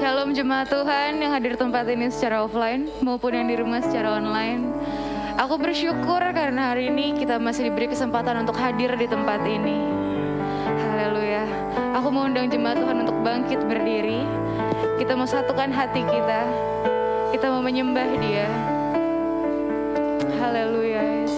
Shalom jemaat Tuhan yang hadir tempat ini secara offline maupun yang di rumah secara online. Aku bersyukur karena hari ini kita masih diberi kesempatan untuk hadir di tempat ini. Haleluya. Aku mau undang jemaat Tuhan untuk bangkit berdiri. Kita mau satukan hati kita. Kita mau menyembah Dia. Haleluya Yesus.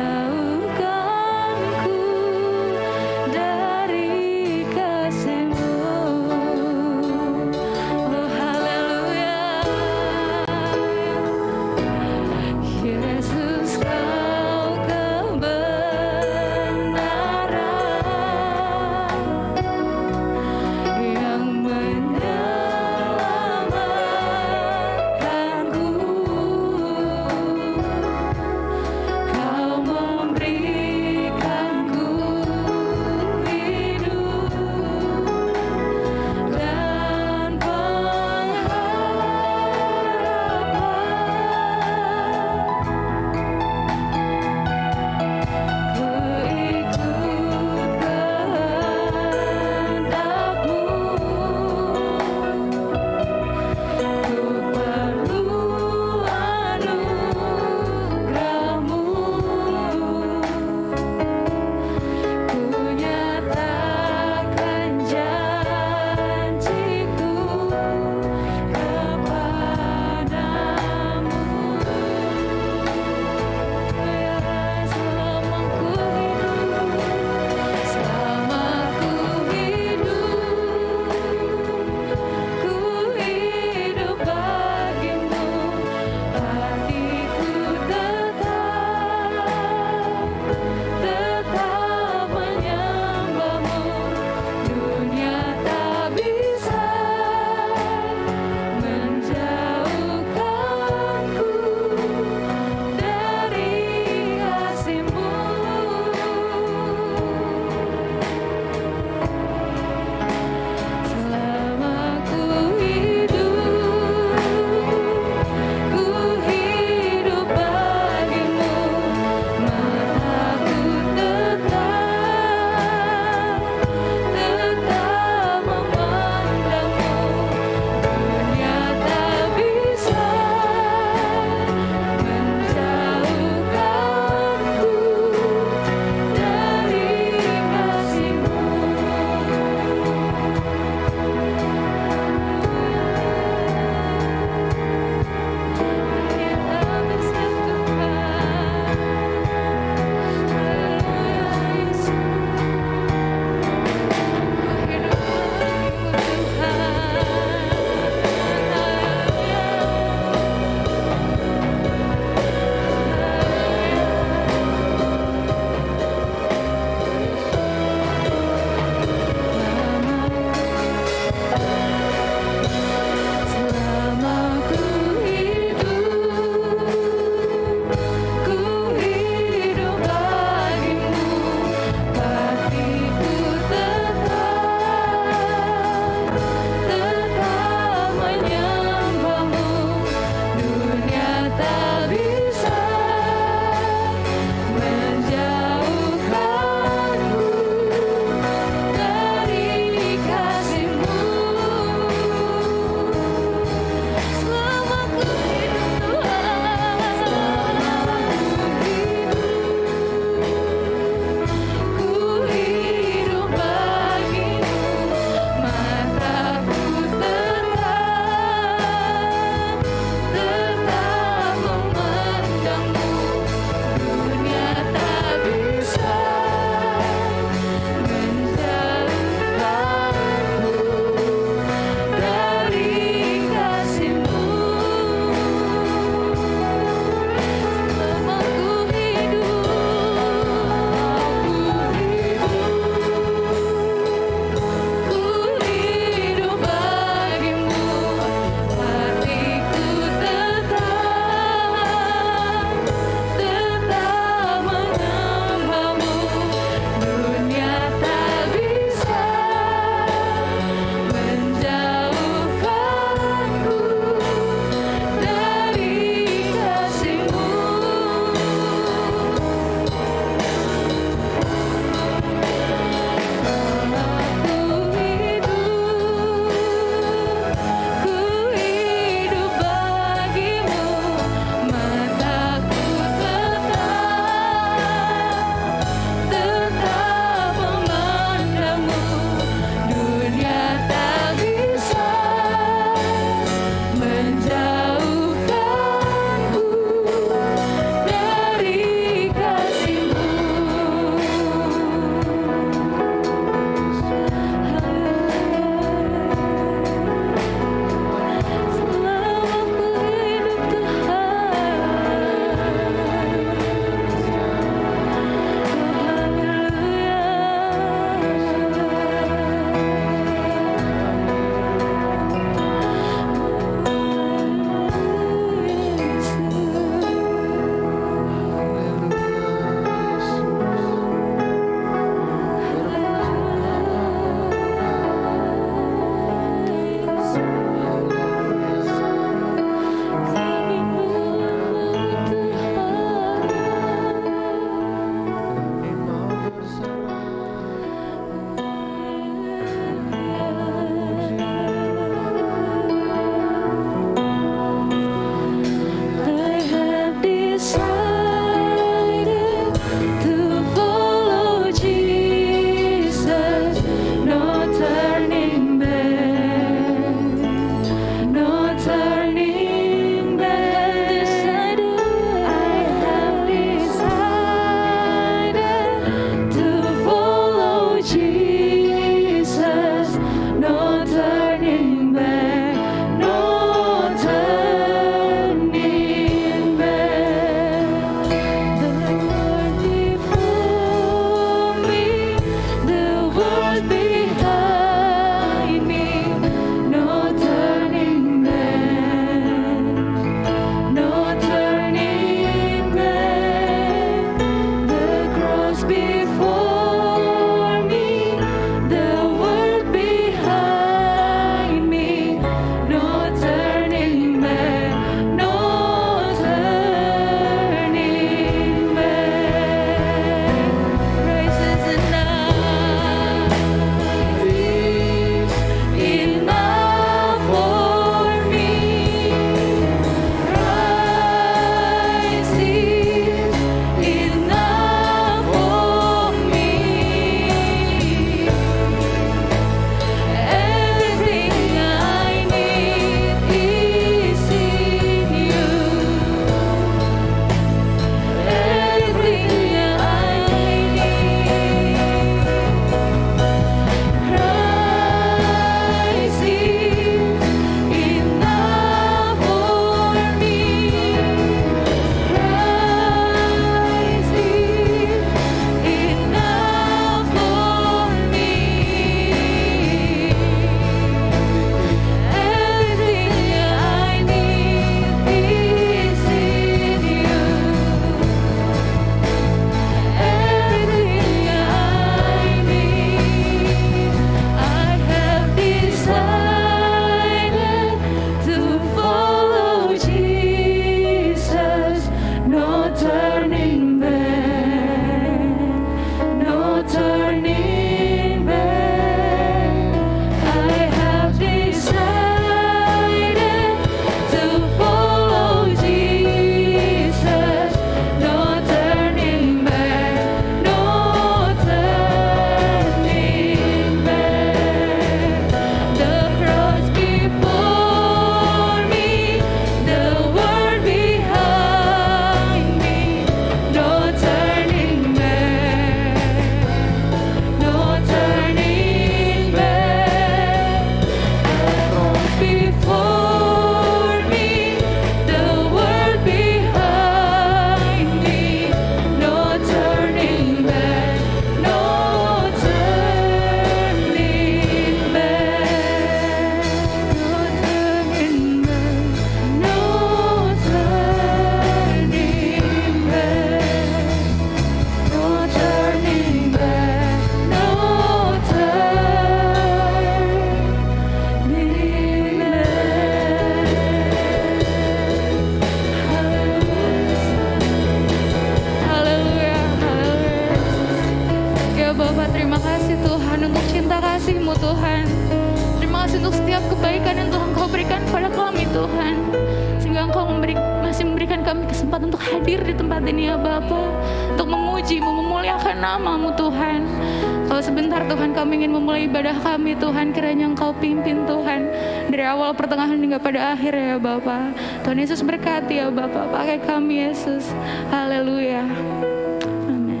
Tuhan, sehingga Engkau masih memberikan kami kesempatan untuk hadir di tempat ini ya Bapa, untuk memuji, memuliakan nama-Mu Tuhan. Kalau sebentar Tuhan kami ingin memulai ibadah kami Tuhan, kiranya Engkau pimpin Tuhan, dari awal pertengahan hingga pada akhir ya Bapa. Tuhan Yesus berkati ya Bapa, pakai kami Yesus. Haleluya. Amin.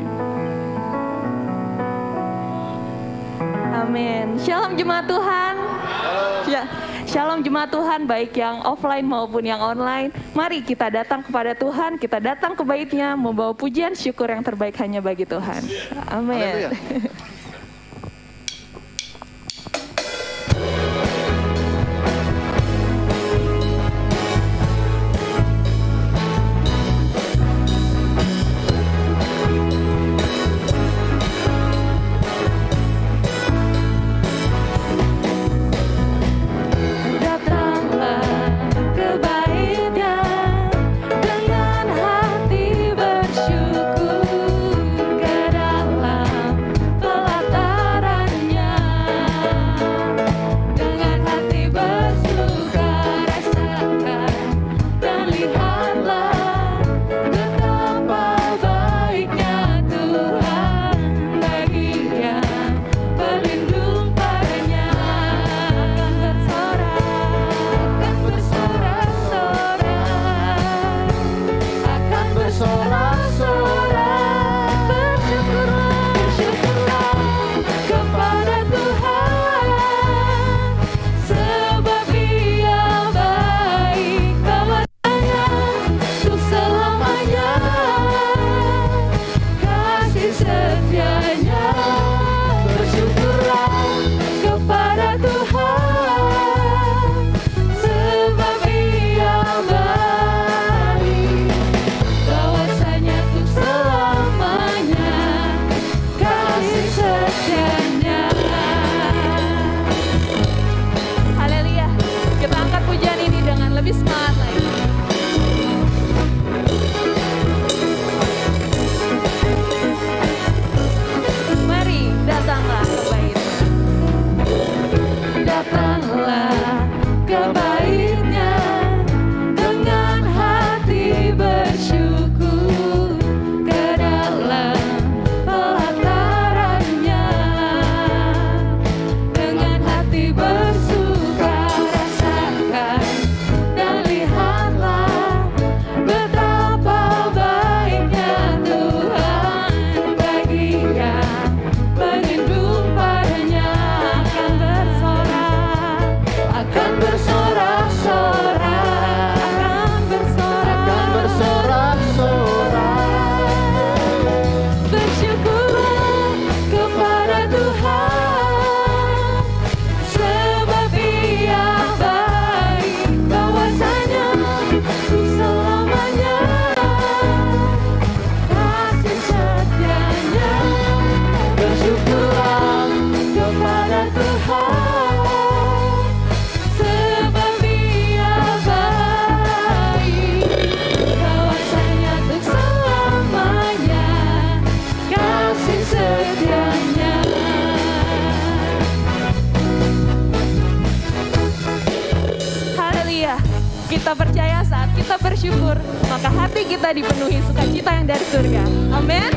Amin. Shalom jemaat Tuhan. Shalom jemaat Tuhan, baik yang offline maupun yang online. Mari kita datang kepada Tuhan, kita datang ke bait-Nya, membawa pujian syukur yang terbaik hanya bagi Tuhan. Amin. Kita percaya saat kita bersyukur, maka hati kita dipenuhi sukacita yang dari surga. Amin.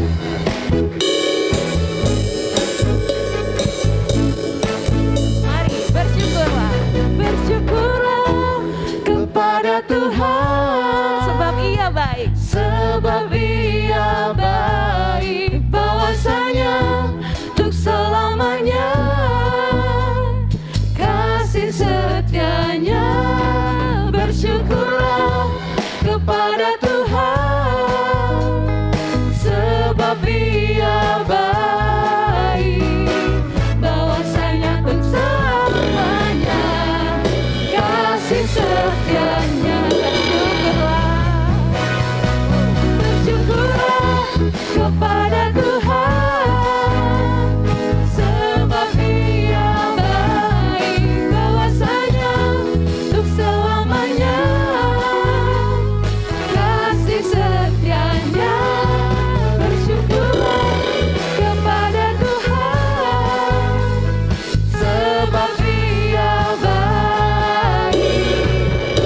Mari bersyukurlah, bersyukurlah kepada Tuhan, sebab Ia baik, sebab Ia baik, bahwasanya untuk selamanya kasih setianya. Bersyukurlah kepada Tuhan, sebab Ia baik, bahwasanya untuk selamanya kasih setianya. Bersyukurlah kepada Tuhan, sebab Ia baik, bahwasanya untuk selamanya kasih setianya. Bersyukurlah kepada Tuhan, sebab Ia baik.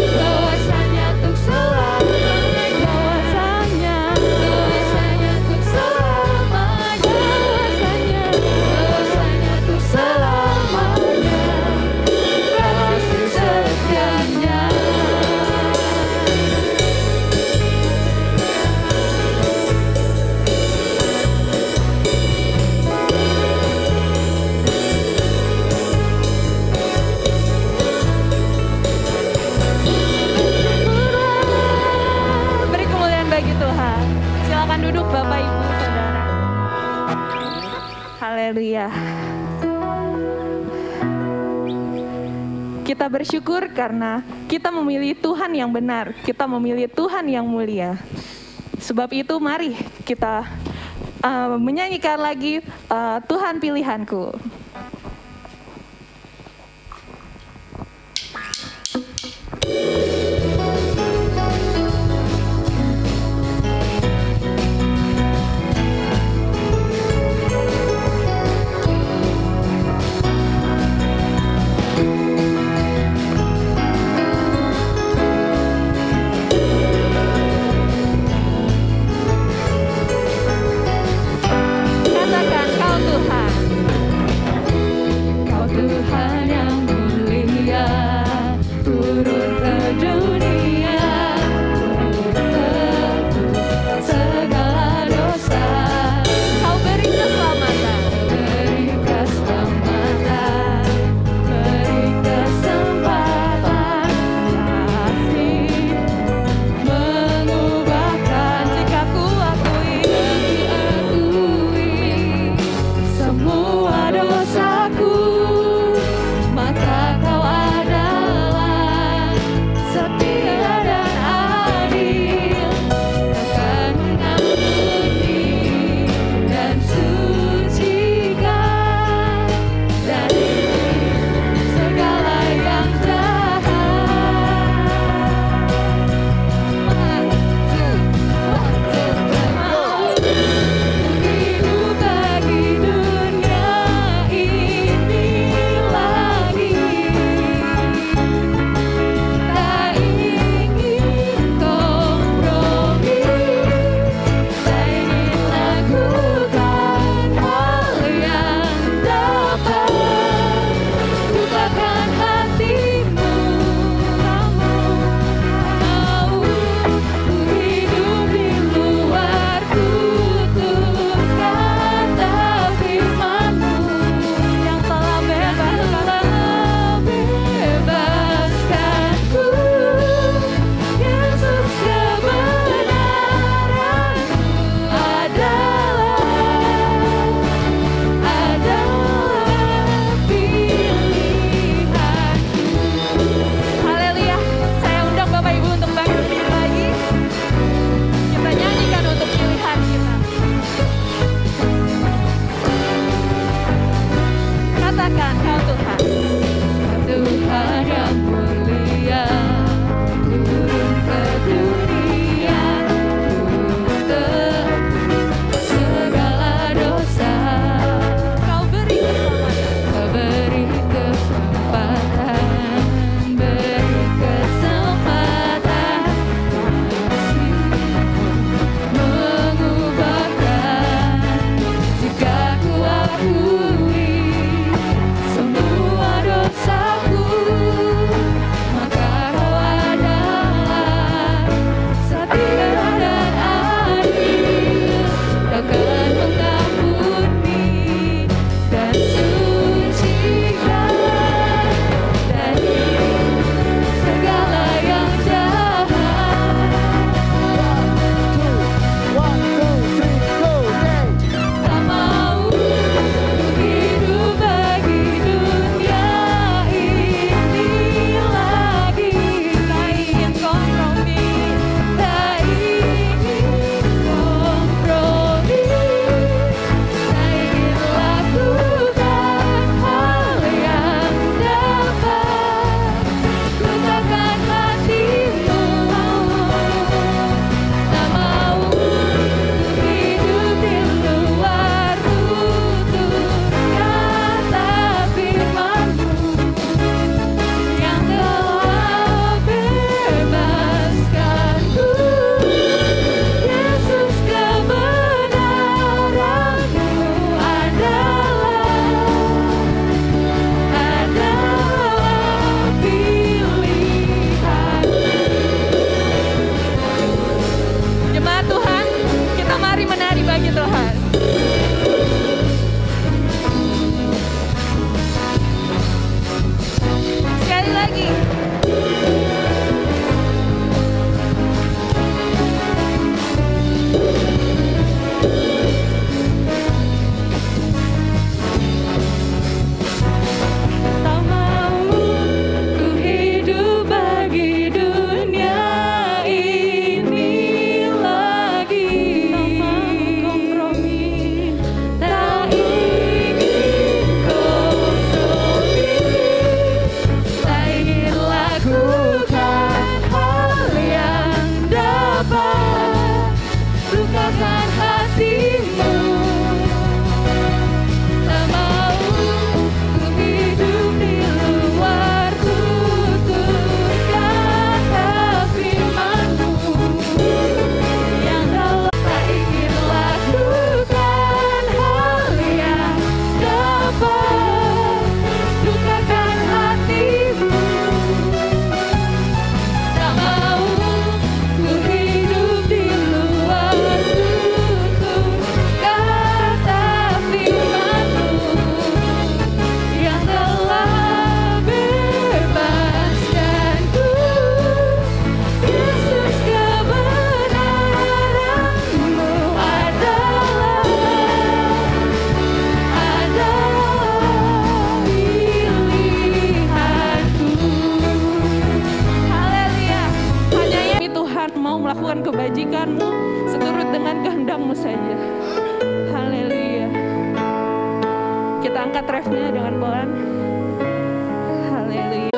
bagi Tuhan. Silakan duduk Bapak Ibu Saudara. Haleluya. Kita bersyukur karena kita memilih Tuhan yang benar, kita memilih Tuhan yang mulia. Sebab itu mari kita menyanyikan lagi Tuhan Pilihanku. kebajikan-Mu seturut dengan kehendak-Mu saja. Haleluya. Kita angkat refnya dengan pelan. Haleluya.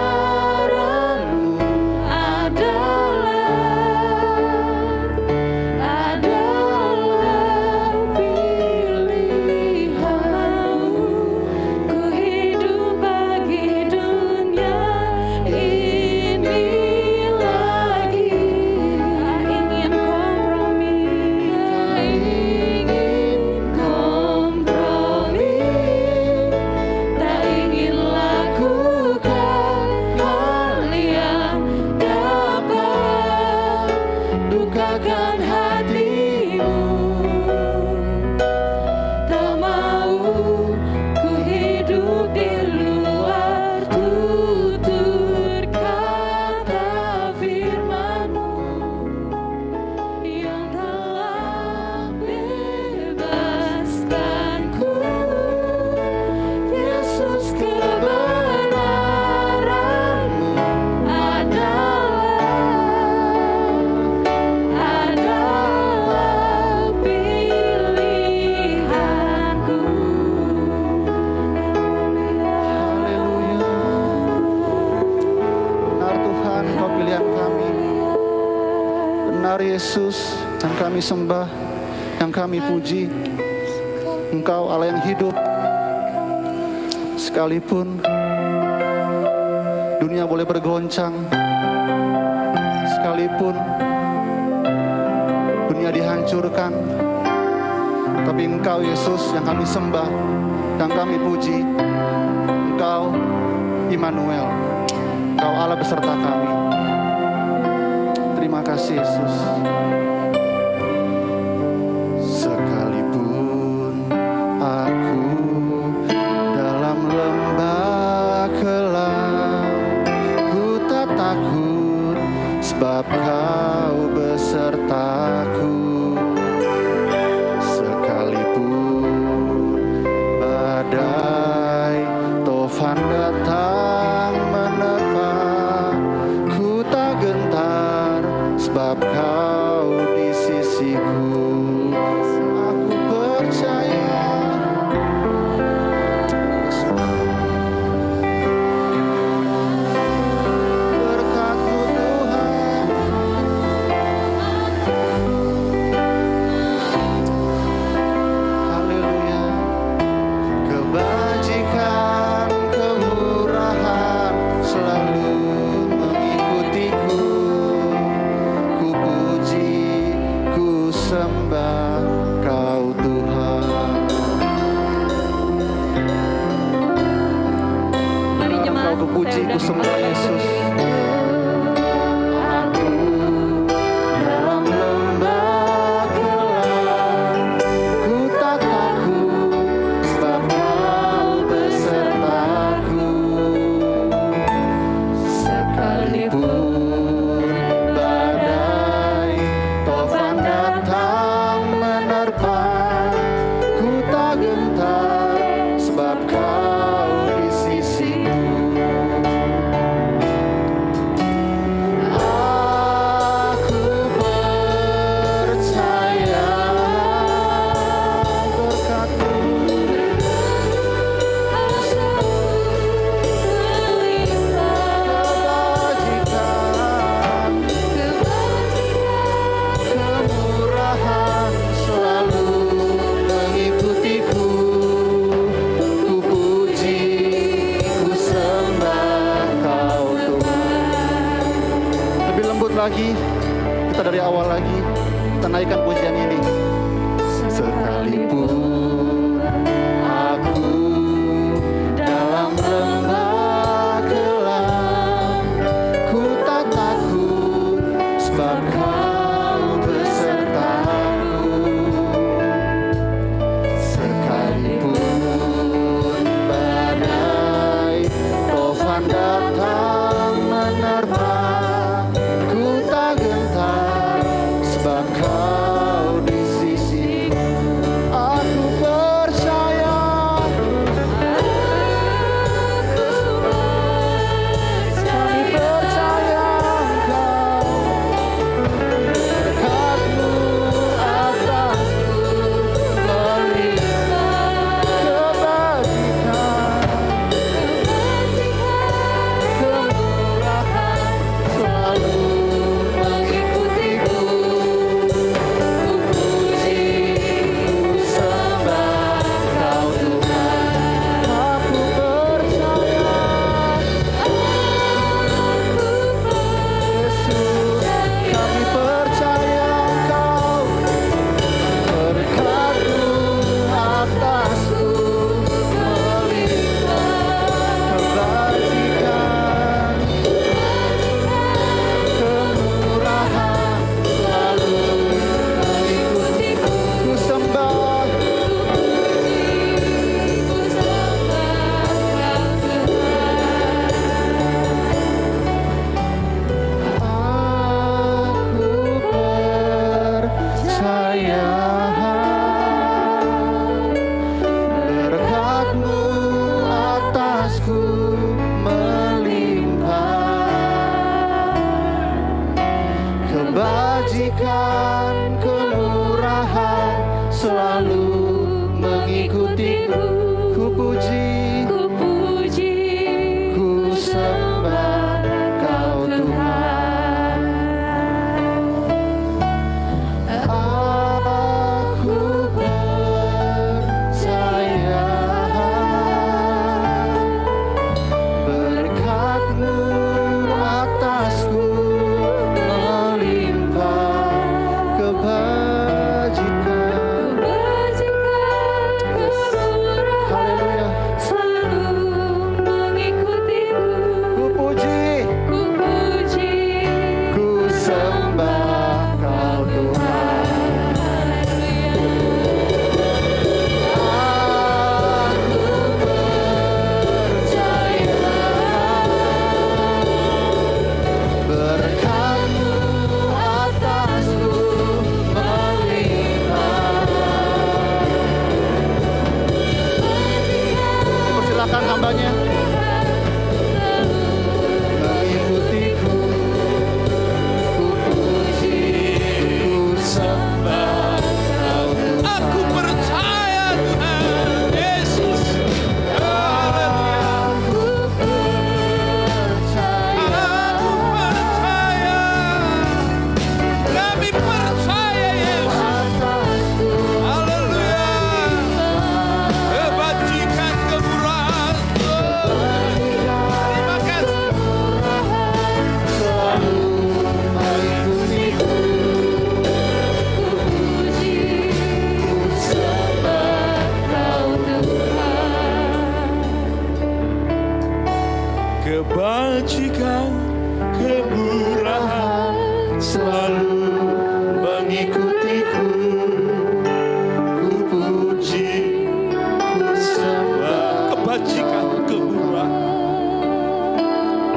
Yesus, yang kami sembah, yang kami puji, Engkau Allah yang hidup. Sekalipun dunia boleh bergoncang, sekalipun dunia dihancurkan, tapi Engkau Yesus yang kami sembah, yang kami puji. Engkau Immanuel, Engkau Allah beserta kami. Terima kasih Yesus. Sekalipun aku dalam lembah gelap, ku tak takut sebab Kau besertaku. Sekalipun badai tofan datang menerpa, ku tak gentar sebab Kau di sisiku. Aku percaya berkat-Mu Tuhan. Haleluya. Kebajikan, kemurahan selalu mengikutiku. Ku puji, ku sembah Kau Tuhan. Mari jemaat, Kau ku puji, ku sembah Yesus. Aku dalam lembah gelap, ku tak takut sebab Kau besertaku. Sekalipun badai tofan datang lagi, kita dari awal lagi, kita naikkan pujian ini. Sekalipun aku dalam lembah gelap, ku tak takut sebab Kau besertaku. Sekalipun badai tofan datang menerpa, ku tak gentar sebab Kau di sisiku. Aku percaya, kami percaya Engkau, berkat-Mu atasku melimpah kebajikan, kemurahan selalu mengikutiku. Ku puji, ku sembah Kau Tuhan. Aku percaya, Yesus, kami percaya Engkau, berkat-Mu atasku melimpah kebajikan, kemurahan selalu mengikutiku. Ku sembah, aku percaya, berkat-Mu atasku melimpah, kebajikan, kemurahan selalu mengikutiku. Ku puji, ku sembah Kau Tuhan. Aku percaya, berkat-Mu atasku melimpah kebajikan. Haleluya. Ku puji, ku sembah Kau Tuhan. Aku percaya, berkat-Mu atasku melimpah. Persilakan hambanya mengikutiku. Ku puji, ku sembah Kau Tuhan. Aku percaya Tuhan Yesus. Aku percaya, Aku percaya. Kami percaya Yesus. atasku Haleluya. Kebajikan, kemurahan. Terima kasih. selalu mengikutiku. Ku puji, ku sembah Kau Tuhan. Kebajikan, kemurahan Selalu mengikutiku. Ku puji, ku sembah kebajikan, kemurahan.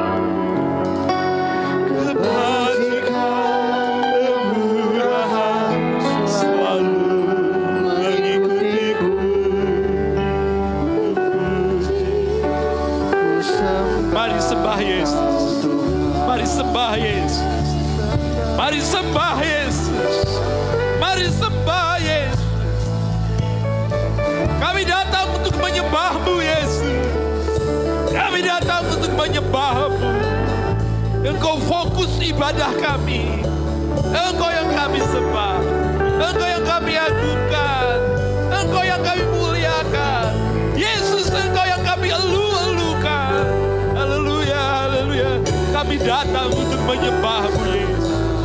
kebajikan, kemurahan selalu mengikutiku. Ku sembah Mari sembah Yesus. Tuhan. Mari sembah Yesus. Mari sembah Yesus. Mari sembah Yesus. Kami datang untuk menyembah-Mu Yesus. Kami datang untuk menyembah-Mu. Engkau fokus ibadah kami. Engkau yang kami sembah. Engkau yang kami agukan. Engkau yang kami muliakan. Yesus, Engkau yang kami elu-elukan. Haleluya, haleluya. Kami datang untuk menyembah-Mu Yesus.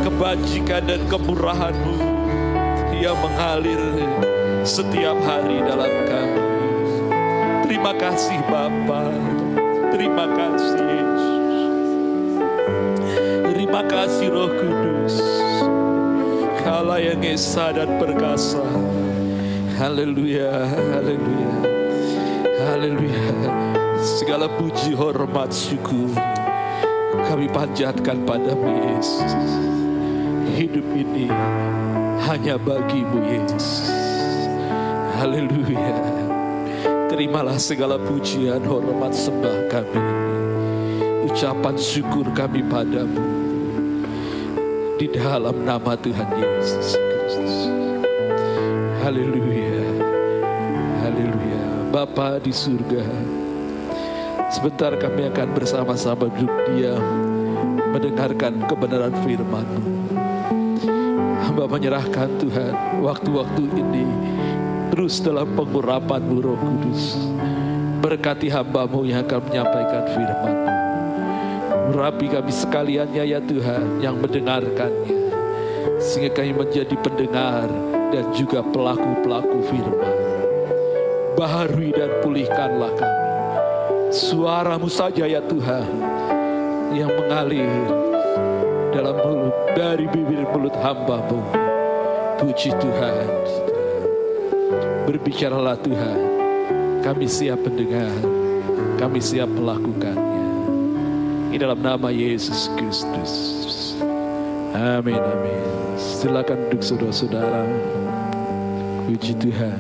kebajikan dan kemurahan-Mu yang mengalir setiap hari dalam kami. Terima kasih Bapa, terima kasih Yesus, terima kasih Roh Kudus, Allah yang esa dan perkasa. Haleluya, haleluya, haleluya. Segala puji, hormat, syukur kami panjatkan padamu Yesus. Hidup ini hanya bagimu Yesus. Haleluya. Terimalah segala pujian, hormat, sembah kami. Ucapan syukur kami padamu. Di dalam nama Tuhan Yesus Kristus. Haleluya. Haleluya. Bapa di surga, sebentar kami akan bersama-sama duduk diam mendengarkan kebenaran firman-Mu. Hamba menyerahkan Tuhan waktu-waktu ini terus dalam pengurapan-Mu Roh Kudus. Berkati hamba-Mu yang akan menyampaikan firman-Mu. Urapi kami sekaliannya ya Tuhan yang mendengarkannya, sehingga kami menjadi pendengar dan juga pelaku-pelaku firman. Baharui dan pulihkanlah kami. Suara-Mu saja ya Tuhan yang mengalir dalam mulut, dari bibir mulut hamba-Mu. Puji Tuhan. Berbicaralah Tuhan, kami siap mendengar, kami siap melakukannya. Di dalam nama Yesus Kristus. Amin, amin. Silakan duduk saudara-saudara. Puji Tuhan.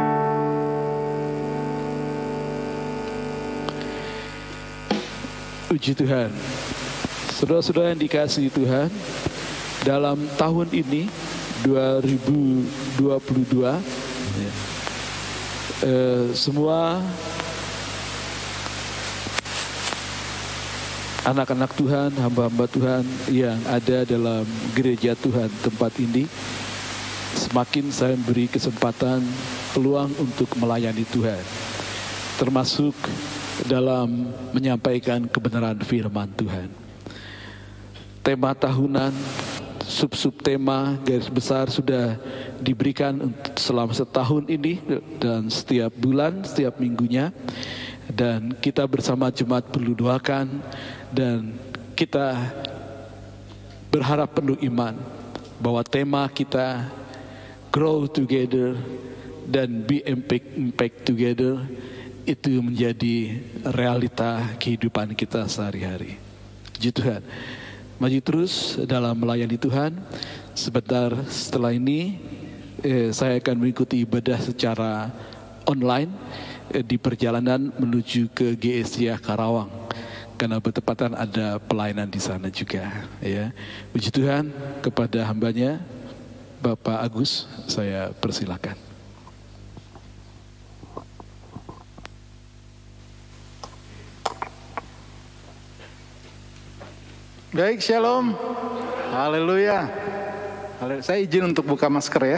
Puji Tuhan. Saudara-saudara yang dikasihi Tuhan, dalam tahun ini 2022 semua anak-anak Tuhan, hamba-hamba Tuhan yang ada dalam gereja Tuhan tempat ini, semakin saya beri kesempatan, peluang untuk melayani Tuhan, termasuk dalam menyampaikan kebenaran firman Tuhan. Tema tahunan, sub-sub tema, garis besar sudah diberikan selama setahun ini dan setiap bulan, setiap minggunya. Dan kita bersama jemaat perlu doakan dan kita berharap penuh iman bahwa tema kita grow together dan be impact together itu menjadi realita kehidupan kita sehari-hari. Puji Tuhan. Maju terus dalam melayani Tuhan. Sebentar setelah ini saya akan mengikuti ibadah secara online di perjalanan menuju ke GSJ Karawang, karena bertepatan ada pelayanan di sana juga. Ya, puji Tuhan. Kepada hambanya Bapak Agus, saya persilakan. Baik, shalom. Haleluya. Saya izin untuk buka masker ya.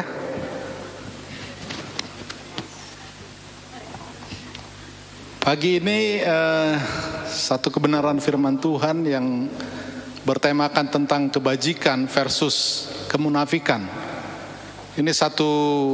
Pagi ini satu kebenaran firman Tuhan yang bertemakan tentang kebajikan versus kemunafikan. Ini satu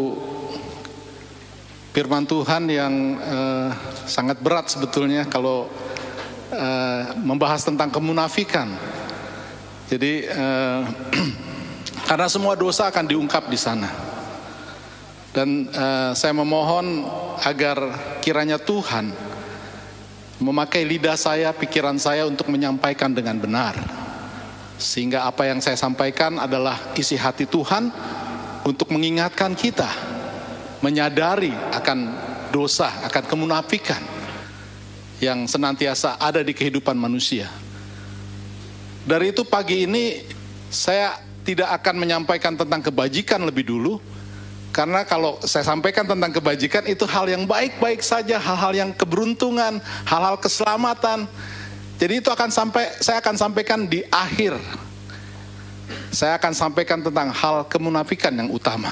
firman Tuhan yang sangat berat sebetulnya kalau membahas tentang kemunafikan. Jadi karena semua dosa akan diungkap di sana. Dan saya memohon agar kiranya Tuhan memakai lidah saya, pikiran saya untuk menyampaikan dengan benar. Sehingga apa yang saya sampaikan adalah isi hati Tuhan untuk mengingatkan kita, menyadari akan dosa, akan kemunafikan yang senantiasa ada di kehidupan manusia. Dari itu pagi ini saya tidak akan menyampaikan tentang kebajikan lebih dulu, karena kalau saya sampaikan tentang kebajikan itu hal yang baik-baik saja, hal-hal yang keberuntungan, hal-hal keselamatan. Jadi itu saya akan sampaikan di akhir. Saya akan sampaikan tentang hal kemunafikan yang utama.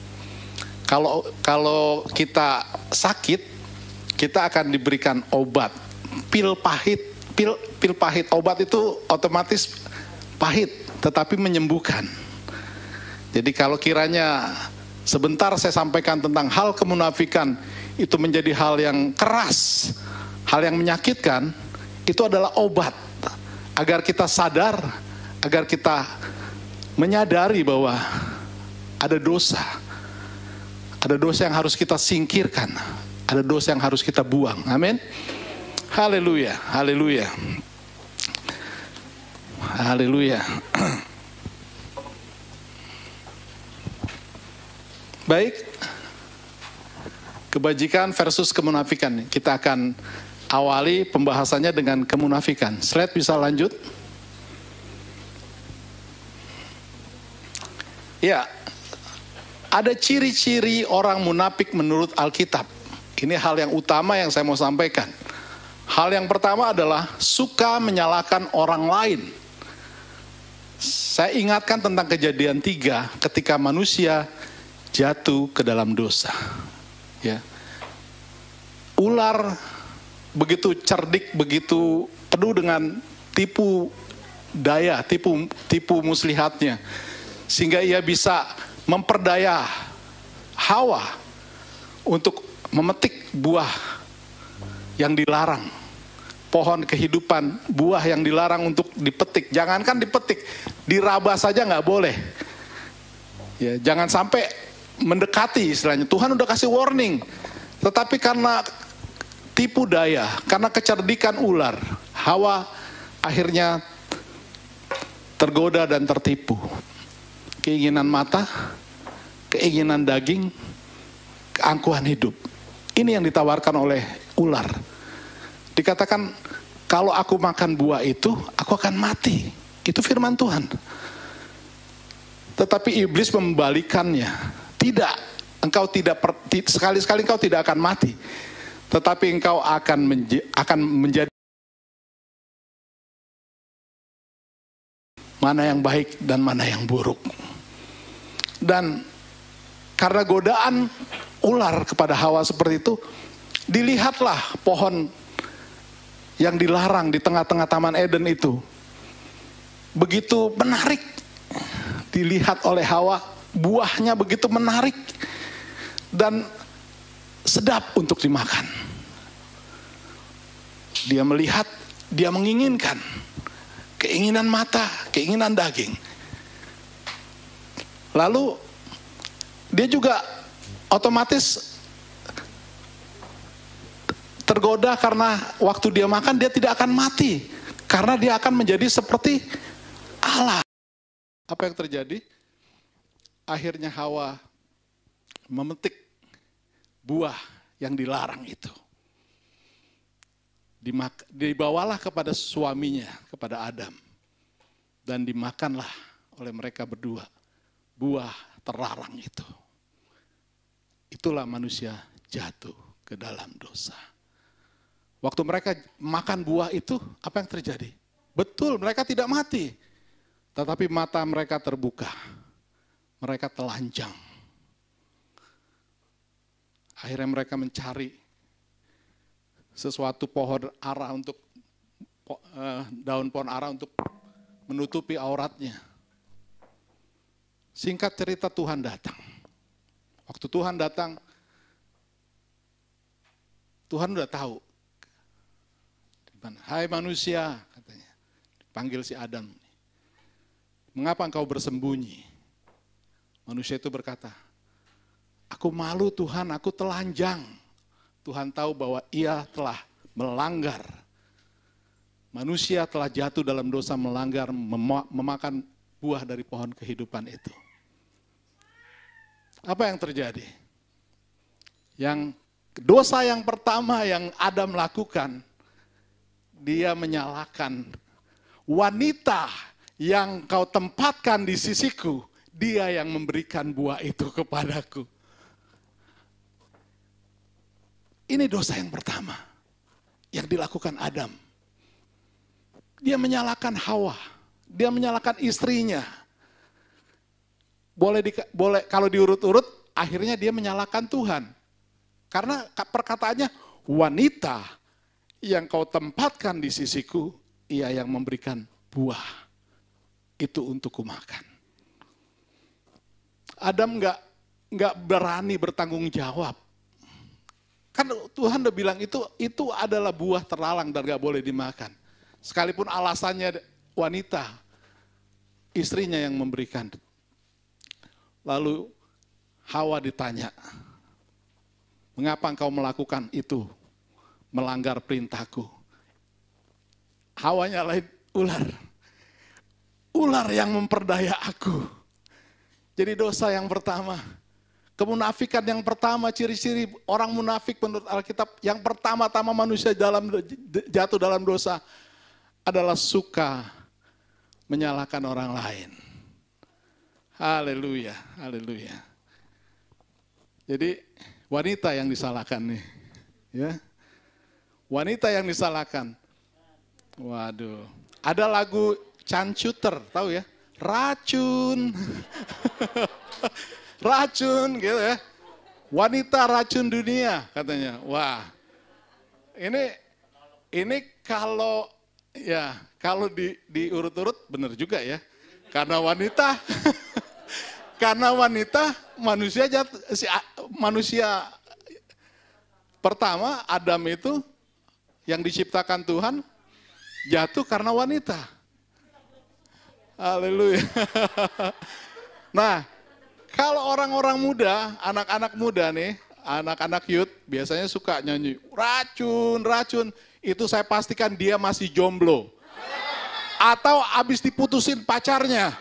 Kalau kita sakit, kita akan diberikan obat, pil pahit. Pil pahit, obat itu otomatis pahit tetapi menyembuhkan. Jadi kalau kiranya sebentar saya sampaikan tentang hal kemunafikan itu menjadi hal yang keras, hal yang menyakitkan, itu adalah obat agar kita sadar, agar kita menyadari bahwa ada dosa yang harus kita singkirkan, ada dosa yang harus kita buang. Amin. Haleluya, haleluya, haleluya. Baik, kebajikan versus kemunafikan. Kita akan awali pembahasannya dengan kemunafikan. Slide bisa lanjut. Ya, ada ciri-ciri orang munafik menurut Alkitab. Ini hal yang utama yang saya mau sampaikan. Hal yang pertama adalah suka menyalahkan orang lain. Saya ingatkan tentang Kejadian 3 ketika manusia jatuh ke dalam dosa. Ya. Ular begitu cerdik, begitu penuh dengan tipu daya, tipu muslihatnya, sehingga ia bisa memperdaya Hawa untuk memetik buah yang dilarang, pohon kehidupan, buah yang dilarang untuk dipetik. Jangankan dipetik, diraba saja nggak boleh. Ya, jangan sampai mendekati, istilahnya. Tuhan udah kasih warning, tetapi karena tipu daya, karena kecerdikan ular, Hawa akhirnya tergoda dan tertipu. Keinginan mata, keinginan daging, keangkuhan hidup. Ini yang ditawarkan oleh ular. Dikatakan, kalau aku makan buah itu, aku akan mati. Itu firman Tuhan. Tetapi iblis membalikannya. Tidak, engkau tidak sekali-sekali engkau tidak akan mati, tetapi engkau akan menjadi mana yang baik dan mana yang buruk. Dan karena godaan ular kepada Hawa seperti itu, dilihatlah pohon yang dilarang di tengah-tengah Taman Eden itu. Begitu menarik dilihat oleh Hawa. Buahnya begitu menarik dan sedap untuk dimakan. Dia melihat, dia menginginkan, keinginan mata, keinginan daging. Lalu dia juga otomatis tergoda karena waktu dia makan dia tidak akan mati, karena dia akan menjadi seperti Allah. Apa yang terjadi? Akhirnya Hawa memetik buah yang dilarang itu. Dibawalah kepada suaminya, kepada Adam. Dan dimakanlah oleh mereka berdua buah terlarang itu. Itulah manusia jatuh ke dalam dosa. Waktu mereka makan buah itu, apa yang terjadi? Betul, mereka tidak mati. Tetapi mata mereka terbuka. Mereka telanjang. Akhirnya mereka mencari sesuatu pohon ara untuk daun pohon ara untuk menutupi auratnya. Singkat cerita, Tuhan datang. Waktu Tuhan datang, Tuhan udah tahu. Hai manusia, katanya. Panggil si Adam. Mengapa engkau bersembunyi? Manusia itu berkata, aku malu Tuhan, aku telanjang. Tuhan tahu bahwa ia telah melanggar. Manusia telah jatuh dalam dosa, melanggar, memakan buah dari pohon kehidupan itu. Apa yang terjadi? Yang dosa yang pertama yang Adam lakukan, dia menyalahkan wanita yang kau tempatkan di sisiku. Dia yang memberikan buah itu kepadaku. Ini dosa yang pertama yang dilakukan Adam. Dia menyalahkan Hawa. Dia menyalahkan istrinya. Boleh kalau diurut-urut, akhirnya dia menyalahkan Tuhan. Karena perkataannya, wanita yang kau tempatkan di sisiku, ia yang memberikan buah itu untuk kumakan. Adam nggak berani bertanggung jawab. Kan Tuhan udah bilang itu adalah buah terlarang dan nggak boleh dimakan. Sekalipun alasannya wanita, istrinya yang memberikan. Lalu Hawa ditanya, mengapa engkau melakukan itu? Melanggar perintahku. Hawa nyalain ular. Ular yang memperdaya aku. Jadi dosa yang pertama. Kemunafikan yang pertama, ciri-ciri orang munafik menurut Alkitab, yang pertama-tama manusia jatuh dalam dosa adalah suka menyalahkan orang lain. Haleluya, haleluya. Jadi wanita yang disalahkan nih, ya. Wanita yang disalahkan. Waduh, ada lagu Cancuter, tahu ya? Racun. Racun gitu ya. Wanita racun dunia katanya. Wah. Ini kalau diurut-urut benar juga ya. Karena wanita manusia pertama Adam itu yang diciptakan Tuhan jatuh karena wanita. Haleluya. Nah, kalau orang-orang muda, anak-anak muda nih, anak-anak youth biasanya suka nyanyi racun, racun. Itu saya pastikan dia masih jomblo. Atau habis diputusin pacarnya.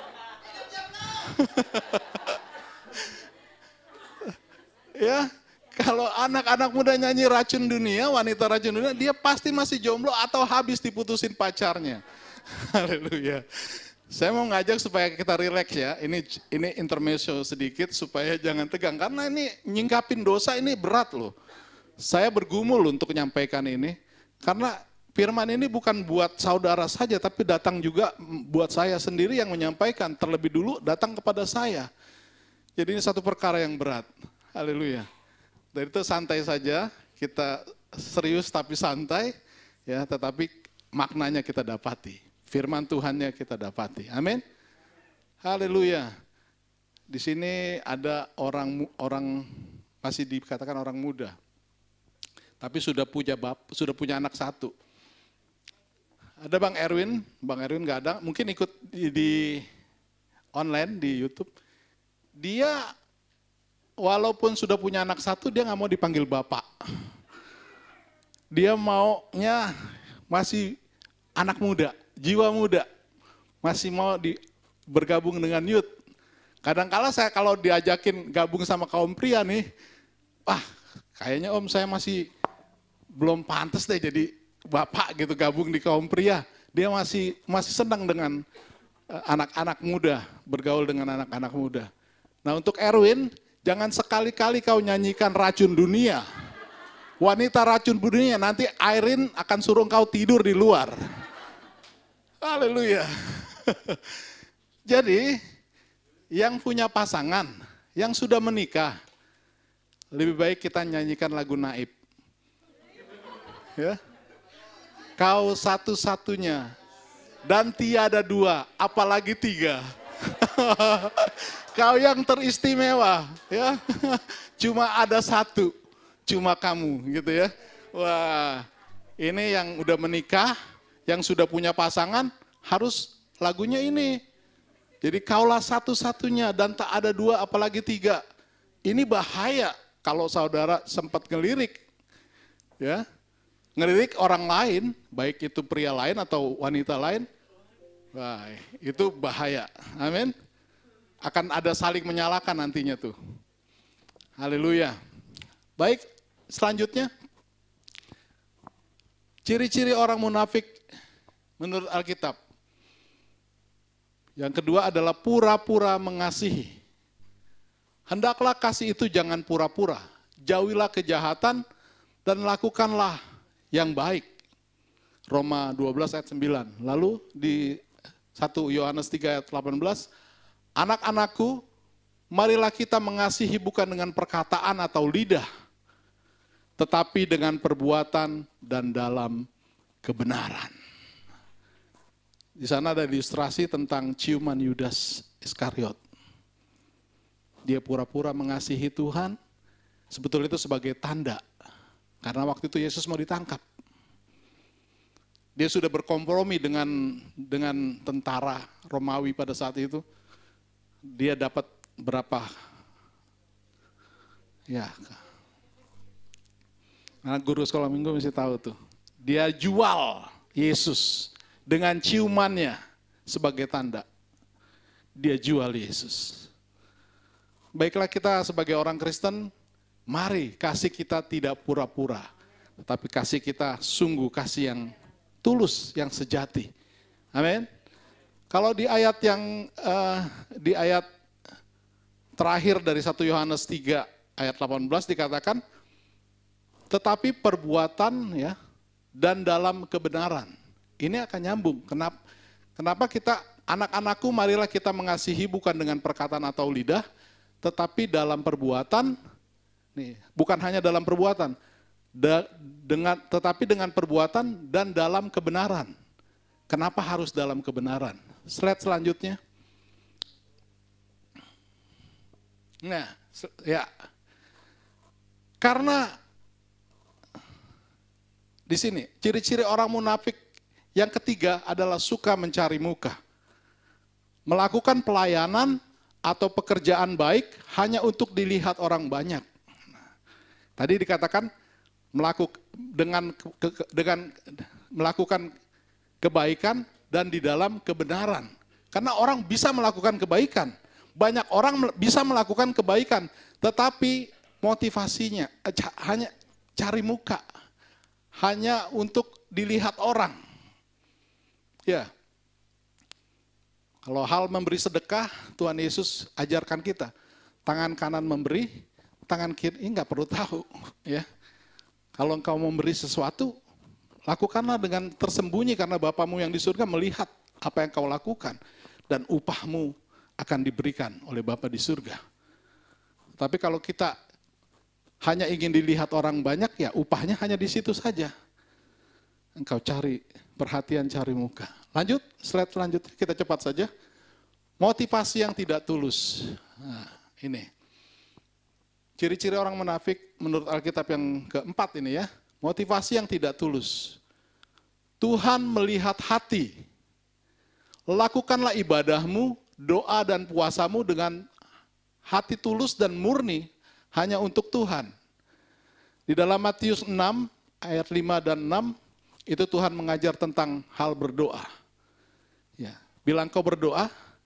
Ya, kalau anak-anak muda nyanyi racun dunia, wanita racun dunia, dia pasti masih jomblo atau habis diputusin pacarnya. Haleluya. Saya mau ngajak supaya kita rileks ya. Ini intermezzo sedikit supaya jangan tegang. Karena ini nyingkapin dosa ini berat loh. Saya bergumul untuk menyampaikan ini. Karena firman ini bukan buat saudara saja, tapi datang juga buat saya sendiri yang menyampaikan. Terlebih dulu datang kepada saya. Jadi ini satu perkara yang berat. Haleluya. Dari itu santai saja, kita serius tapi santai, ya. Tetapi maknanya kita dapati. Firman Tuhannya kita dapati. Amin. Haleluya. Di sini ada orang masih dikatakan orang muda. Tapi sudah punya anak satu. Ada Bang Erwin nggak ada, mungkin ikut di online di YouTube. Dia walaupun sudah punya anak satu, dia nggak mau dipanggil bapak. Dia maunya masih anak muda. Jiwa muda, masih mau bergabung dengan youth. Kadang-kala saya kalau diajakin gabung sama kaum pria nih, wah kayaknya om saya masih belum pantas deh jadi bapak gitu gabung di kaum pria. Dia masih senang dengan anak-anak muda, bergaul dengan anak-anak muda. Nah untuk Erwin, jangan sekali-kali kau nyanyikan racun dunia. Wanita racun dunia, nanti Irene akan suruh kau tidur di luar. Haleluya. Jadi, yang punya pasangan, yang sudah menikah, lebih baik kita nyanyikan lagu Naib. Ya. Kau satu-satunya, dan tiada dua, apalagi tiga. Kau yang teristimewa, ya. Cuma ada satu, cuma kamu, gitu ya. Wah, ini yang udah menikah, yang sudah punya pasangan, harus lagunya ini. Jadi kaulah satu-satunya dan tak ada dua apalagi tiga. Ini bahaya kalau saudara sempat ngelirik. Ya, ngelirik orang lain, baik itu pria lain atau wanita lain. Wah, itu bahaya. Amin. Akan ada saling menyalahkan nantinya tuh. Haleluya. Baik, selanjutnya. Ciri-ciri orang munafik menurut Alkitab. Yang kedua adalah pura-pura mengasihi. Hendaklah kasih itu jangan pura-pura. Jauhilah kejahatan dan lakukanlah yang baik. Roma 12 ayat 9. Lalu di 1 Yohanes 3 ayat 18. Anak-anakku, marilah kita mengasihi bukan dengan perkataan atau lidah. Tetapi dengan perbuatan dan dalam kebenaran. Di sana ada ilustrasi tentang ciuman Yudas Iskariot. Dia pura-pura mengasihi Tuhan, sebetulnya itu sebagai tanda. Karena waktu itu Yesus mau ditangkap. Dia sudah berkompromi dengan tentara Romawi pada saat itu. Dia dapat berapa? Ya, anak guru sekolah minggu mesti tahu tuh. Dia jual Yesus dengan ciumannya sebagai tanda. Dia jual Yesus. Baiklah kita sebagai orang Kristen, mari kasih kita tidak pura-pura, tetapi kasih kita sungguh kasih yang tulus, yang sejati. Amin. Kalau di ayat di ayat terakhir dari 1 Yohanes 3 ayat 18 dikatakan, tetapi perbuatan ya dan dalam kebenaran. Ini akan nyambung. Kenapa kita, anak-anakku marilah kita mengasihi bukan dengan perkataan atau lidah, tetapi dalam perbuatan, nih, bukan hanya dalam perbuatan, tetapi dengan perbuatan dan dalam kebenaran. Kenapa harus dalam kebenaran? Slide selanjutnya. Nah, ya. Karena di sini ciri-ciri orang munafik yang ketiga adalah suka mencari muka. Melakukan pelayanan atau pekerjaan baik hanya untuk dilihat orang banyak. Tadi dikatakan dengan melakukan kebaikan dan di dalam kebenaran. Karena orang bisa melakukan kebaikan. Banyak orang bisa melakukan kebaikan, tetapi motivasinya hanya cari muka. Hanya untuk dilihat orang. Ya. Kalau hal memberi sedekah, Tuhan Yesus ajarkan kita. Tangan kanan memberi, tangan kiri nggak perlu tahu. Ya. Kalau engkau memberi sesuatu, lakukanlah dengan tersembunyi karena Bapamu yang di surga melihat apa yang kau lakukan. Dan upahmu akan diberikan oleh Bapa di surga. Tapi kalau kita hanya ingin dilihat orang banyak, ya upahnya hanya di situ saja. Engkau cari perhatian, cari muka. Lanjut, slide selanjutnya, kita cepat saja. Motivasi yang tidak tulus. Nah, ini. Ciri-ciri orang munafik menurut Alkitab yang keempat ini ya. Motivasi yang tidak tulus. Tuhan melihat hati. Lakukanlah ibadahmu, doa dan puasamu dengan hati tulus dan murni hanya untuk Tuhan. Di dalam Matius 6 ayat 5 dan 6 itu Tuhan mengajar tentang hal berdoa. Ya, bila engkau berdoa,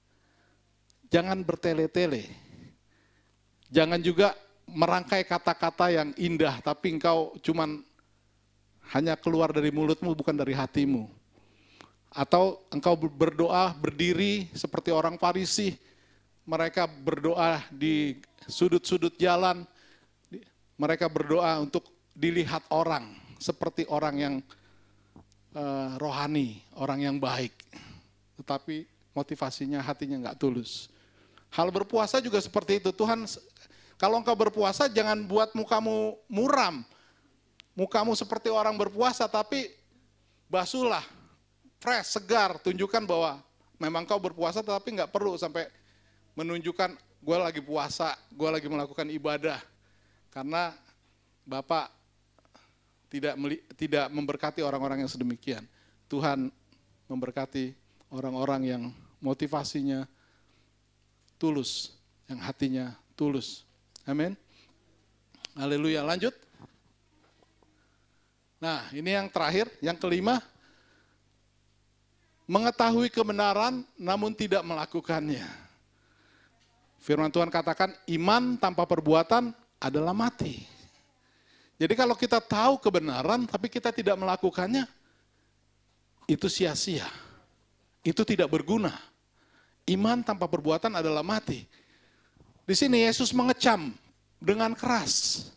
jangan bertele-tele. Jangan juga merangkai kata-kata yang indah, tapi engkau cuman hanya keluar dari mulutmu bukan dari hatimu. Atau engkau berdoa berdiri seperti orang Farisi, mereka berdoa di sudut-sudut jalan, mereka berdoa untuk dilihat orang, seperti orang yang rohani, orang yang baik. Tetapi motivasinya, hatinya nggak tulus. Hal berpuasa juga seperti itu. Tuhan, kalau engkau berpuasa jangan buat mukamu muram. Mukamu seperti orang berpuasa, tapi basuhlah, fresh, segar. Tunjukkan bahwa memang kau berpuasa, tetapi nggak perlu sampai menunjukkan gue lagi puasa, gue lagi melakukan ibadah. Karena Bapak tidak memberkati orang-orang yang sedemikian. Tuhan memberkati orang-orang yang motivasinya tulus, yang hatinya tulus. Amin. Haleluya. Lanjut. Nah, ini yang terakhir, yang kelima. Mengetahui kebenaran namun tidak melakukannya. Firman Tuhan katakan iman tanpa perbuatan adalah mati. Jadi kalau kita tahu kebenaran tapi kita tidak melakukannya, itu sia-sia. Itu tidak berguna. Iman tanpa perbuatan adalah mati. Di sini Yesus mengecam dengan keras.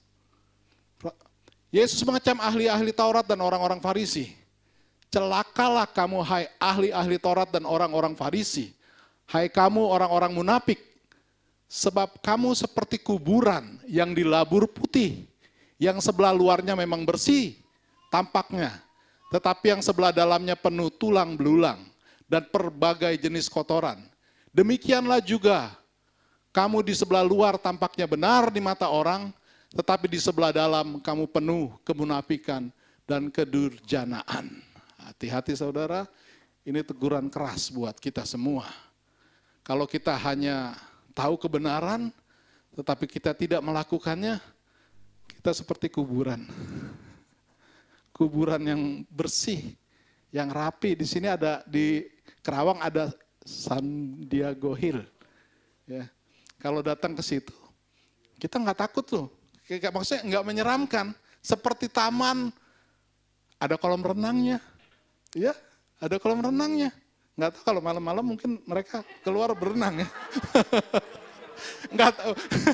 Yesus mengecam ahli-ahli Taurat dan orang-orang Farisi. Celakalah kamu hai ahli-ahli Taurat dan orang-orang Farisi. Hai kamu orang-orang munafik. Sebab kamu seperti kuburan yang dilabur putih. Yang sebelah luarnya memang bersih tampaknya. Tetapi yang sebelah dalamnya penuh tulang belulang dan berbagai jenis kotoran. Demikianlah juga kamu di sebelah luar tampaknya benar di mata orang, tetapi di sebelah dalam kamu penuh kemunafikan dan kedurjanaan. Hati-hati saudara, ini teguran keras buat kita semua. Kalau kita hanya tahu kebenaran, tetapi kita tidak melakukannya, kita seperti kuburan. Kuburan yang bersih, yang rapi. Di sini ada, di Kerawang ada Sandiago Hill. Ya. Kalau datang ke situ, kita nggak takut tuh. Maksudnya nggak menyeramkan. Seperti taman, ada kolam renangnya. Ya, ada kolam renangnya. Nggak tahu kalau malam-malam mungkin mereka keluar berenang ya. Nggak tahu.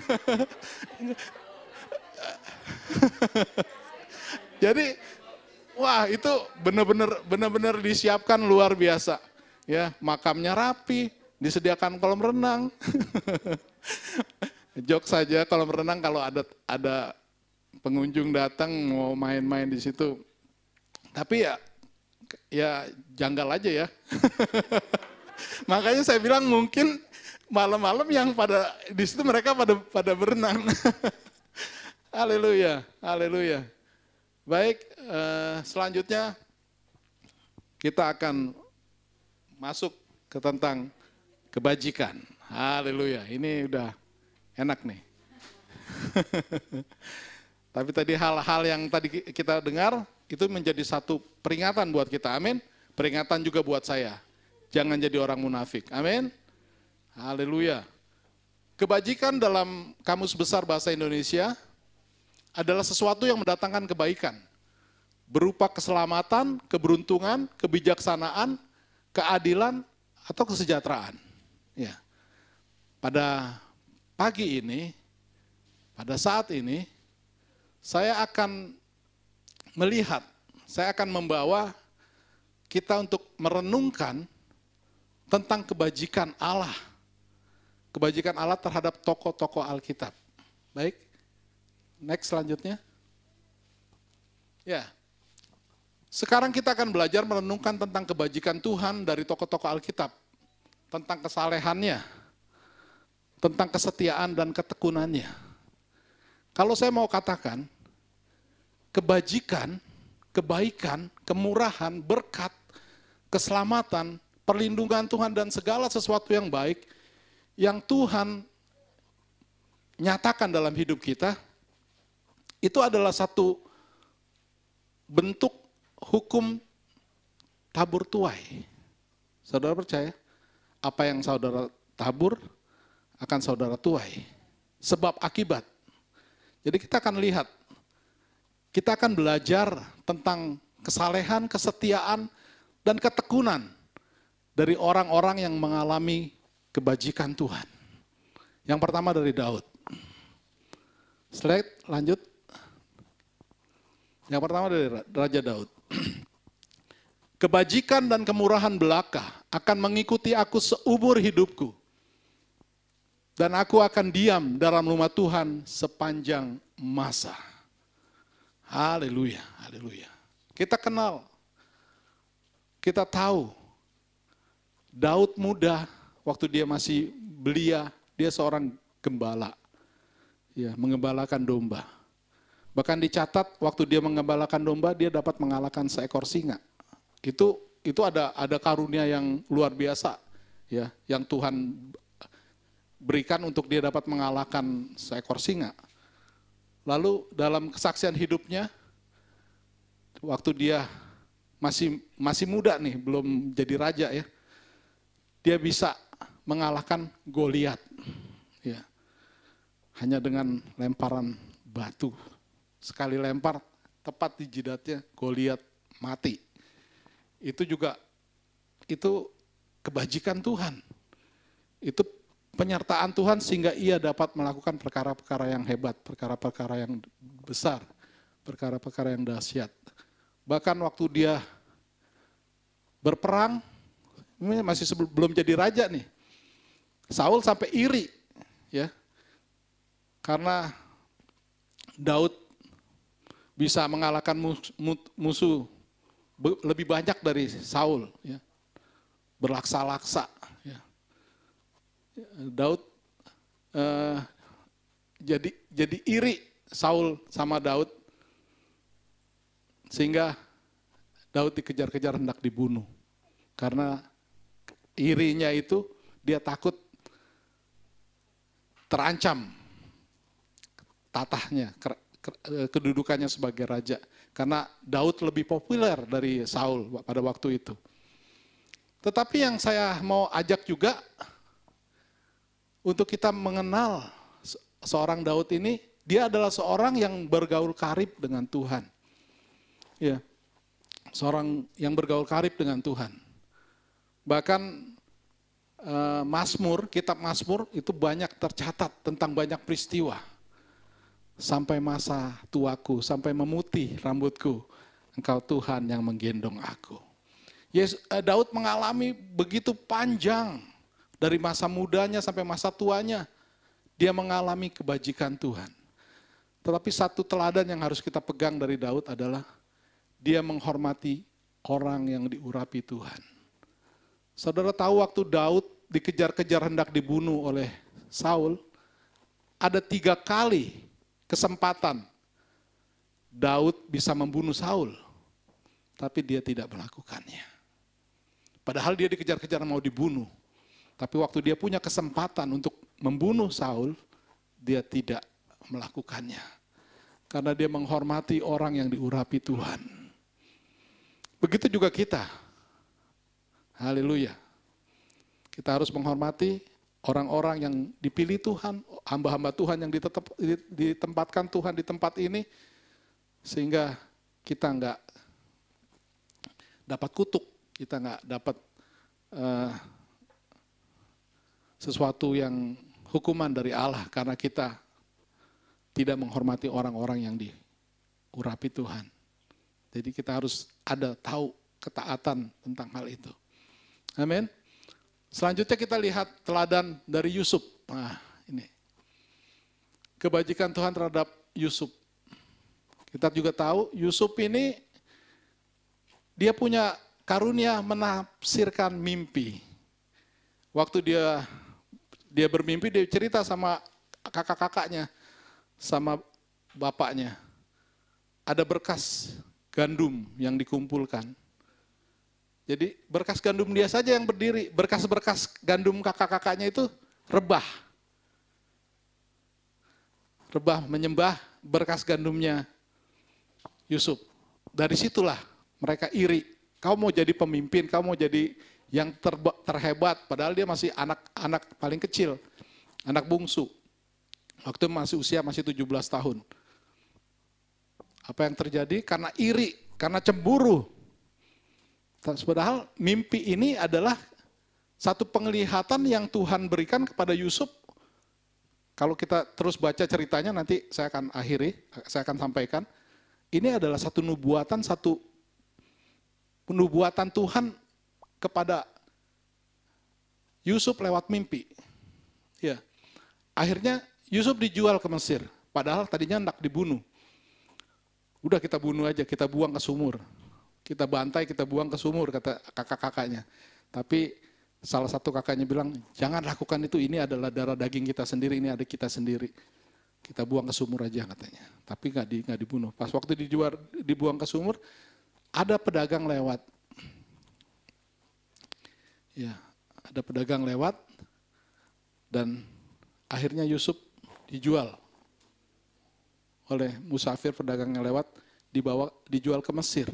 Jadi, wah itu benar-benar disiapkan luar biasa. Ya, makamnya rapi, disediakan kolam renang. Jok saja kolam renang kalau ada pengunjung datang mau main-main di situ. Tapi ya janggal aja ya. Makanya saya bilang mungkin malam-malam yang pada di situ mereka pada berenang. Haleluya, haleluya. Baik, selanjutnya kita akan masuk ke tentang kebajikan. Haleluya, ini udah enak nih. Tapi tadi hal-hal yang tadi kita dengar itu menjadi satu peringatan buat kita, amin. Peringatan juga buat saya. Jangan jadi orang munafik, amin. Haleluya. Kebajikan dalam Kamus Besar Bahasa Indonesia adalah sesuatu yang mendatangkan kebaikan. Berupa keselamatan, keberuntungan, kebijaksanaan, keadilan, atau kesejahteraan. Ya. Pada pagi ini, pada saat ini, saya akan melihat, saya akan membawa kita untuk merenungkan tentang kebajikan Allah. Kebajikan Allah terhadap tokoh-tokoh Alkitab. Baik, next selanjutnya. Ya, sekarang kita akan belajar merenungkan tentang kebajikan Tuhan dari tokoh-tokoh Alkitab. Tentang kesalehannya, tentang kesetiaan dan ketekunannya. Kalau saya mau katakan, kebajikan, kebaikan, kemurahan, berkat, keselamatan, perlindungan Tuhan dan segala sesuatu yang baik yang Tuhan nyatakan dalam hidup kita, itu adalah satu bentuk hukum tabur tuai. Saudara percaya? Apa yang saudara tabur akan saudara tuai. Sebab akibat. Jadi kita akan lihat, kita akan belajar tentang kesalehan, kesetiaan, dan ketekunan dari orang-orang yang mengalami kebajikan Tuhan. Yang pertama dari Daud. Slide lanjut. Yang pertama dari Raja Daud. Kebajikan dan kemurahan belaka akan mengikuti aku seumur hidupku. Dan aku akan diam dalam rumah Tuhan sepanjang masa. Haleluya, haleluya. Kita kenal, kita tahu, Daud muda, waktu dia masih belia, dia seorang gembala. Ya, mengembalakan domba. Bahkan dicatat, waktu dia mengembalakan domba, dia dapat mengalahkan seekor singa. Itu ada karunia yang luar biasa, ya, yang Tuhan berikan untuk dia dapat mengalahkan seekor singa. Lalu dalam kesaksian hidupnya, waktu dia masih muda nih, belum jadi raja ya, dia bisa mengalahkan Goliat, ya, hanya dengan lemparan batu. Sekali lempar, tepat di jidatnya, Goliat mati. Itu juga, itu kebajikan Tuhan. Itu penyertaan Tuhan sehingga ia dapat melakukan perkara-perkara yang hebat, perkara-perkara yang besar, perkara-perkara yang dahsyat. Bahkan waktu dia berperang, ini masih belum jadi raja nih, Saul sampai iri, ya, karena Daud bisa mengalahkan musuh lebih banyak dari Saul, ya. berlaksa-laksa. Ya. Daud jadi iri Saul sama Daud, sehingga Daud dikejar-kejar hendak dibunuh. Karena irinya itu dia takut terancam tatahnya, kedudukannya sebagai raja. Karena Daud lebih populer dari Saul pada waktu itu. Tetapi yang saya mau ajak juga untuk kita mengenal seorang Daud ini, dia adalah seorang yang bergaul karib dengan Tuhan. Ya, seorang yang bergaul karib dengan Tuhan. Bahkan Mazmur, kitab Mazmur itu banyak tercatat tentang banyak peristiwa. Sampai masa tuaku, sampai memutih rambutku, Engkau Tuhan yang menggendong aku. Daud mengalami begitu panjang, dari masa mudanya sampai masa tuanya, dia mengalami kebajikan Tuhan. Tetapi satu teladan yang harus kita pegang dari Daud adalah dia menghormati orang yang diurapi Tuhan. Saudara tahu waktu Daud dikejar-kejar hendak dibunuh oleh Saul, ada 3 kali kesempatan Daud bisa membunuh Saul, tapi dia tidak melakukannya. Padahal dia dikejar-kejar mau dibunuh. Tapi waktu dia punya kesempatan untuk membunuh Saul, dia tidak melakukannya. Karena dia menghormati orang yang diurapi Tuhan. Begitu juga kita. Haleluya. Kita harus menghormati orang-orang yang dipilih Tuhan, hamba-hamba Tuhan yang ditempatkan Tuhan di tempat ini, sehingga kita enggak dapat kutuk, kita enggak dapat sesuatu yang hukuman dari Allah karena kita tidak menghormati orang-orang yang diurapi Tuhan. Jadi kita harus tahu ketaatan tentang hal itu. Amin. Selanjutnya kita lihat teladan dari Yusuf. Nah, ini. Kebajikan Tuhan terhadap Yusuf. Kita juga tahu Yusuf ini dia punya karunia menafsirkan mimpi. Waktu dia bermimpi, dia cerita sama kakak-kakaknya, sama bapaknya. Ada berkas gandum yang dikumpulkan. Jadi berkas gandum dia saja yang berdiri, berkas-berkas gandum kakak-kakaknya itu rebah. Rebah menyembah berkas gandumnya Yusuf. Dari situlah mereka iri. Kau mau jadi pemimpin, kau mau jadi yang terhebat, padahal dia masih anak paling kecil, anak bungsu. Waktu masih usia 17 tahun. Apa yang terjadi? Karena iri, karena cemburu. Padahal mimpi ini adalah satu penglihatan yang Tuhan berikan kepada Yusuf. Kalau kita terus baca ceritanya, nanti saya akan akhiri, saya akan sampaikan. Ini adalah satu nubuatan, satu penubuatan Tuhan kepada Yusuf lewat mimpi. Ya. Akhirnya Yusuf dijual ke Mesir, padahal tadinya hendak dibunuh. Udah kita bunuh aja, kita buang ke sumur. Kita bantai, kita buang ke sumur, kata kakak-kakaknya. Tapi salah satu kakaknya bilang, jangan lakukan itu, ini adalah darah daging kita sendiri, ini ada kita sendiri. Kita buang ke sumur aja katanya. Tapi nggak dibunuh. Pas waktu dibuang ke sumur, ada pedagang lewat. Ya, ada pedagang lewat dan akhirnya Yusuf dijual oleh musafir pedagang yang lewat, dijual ke Mesir.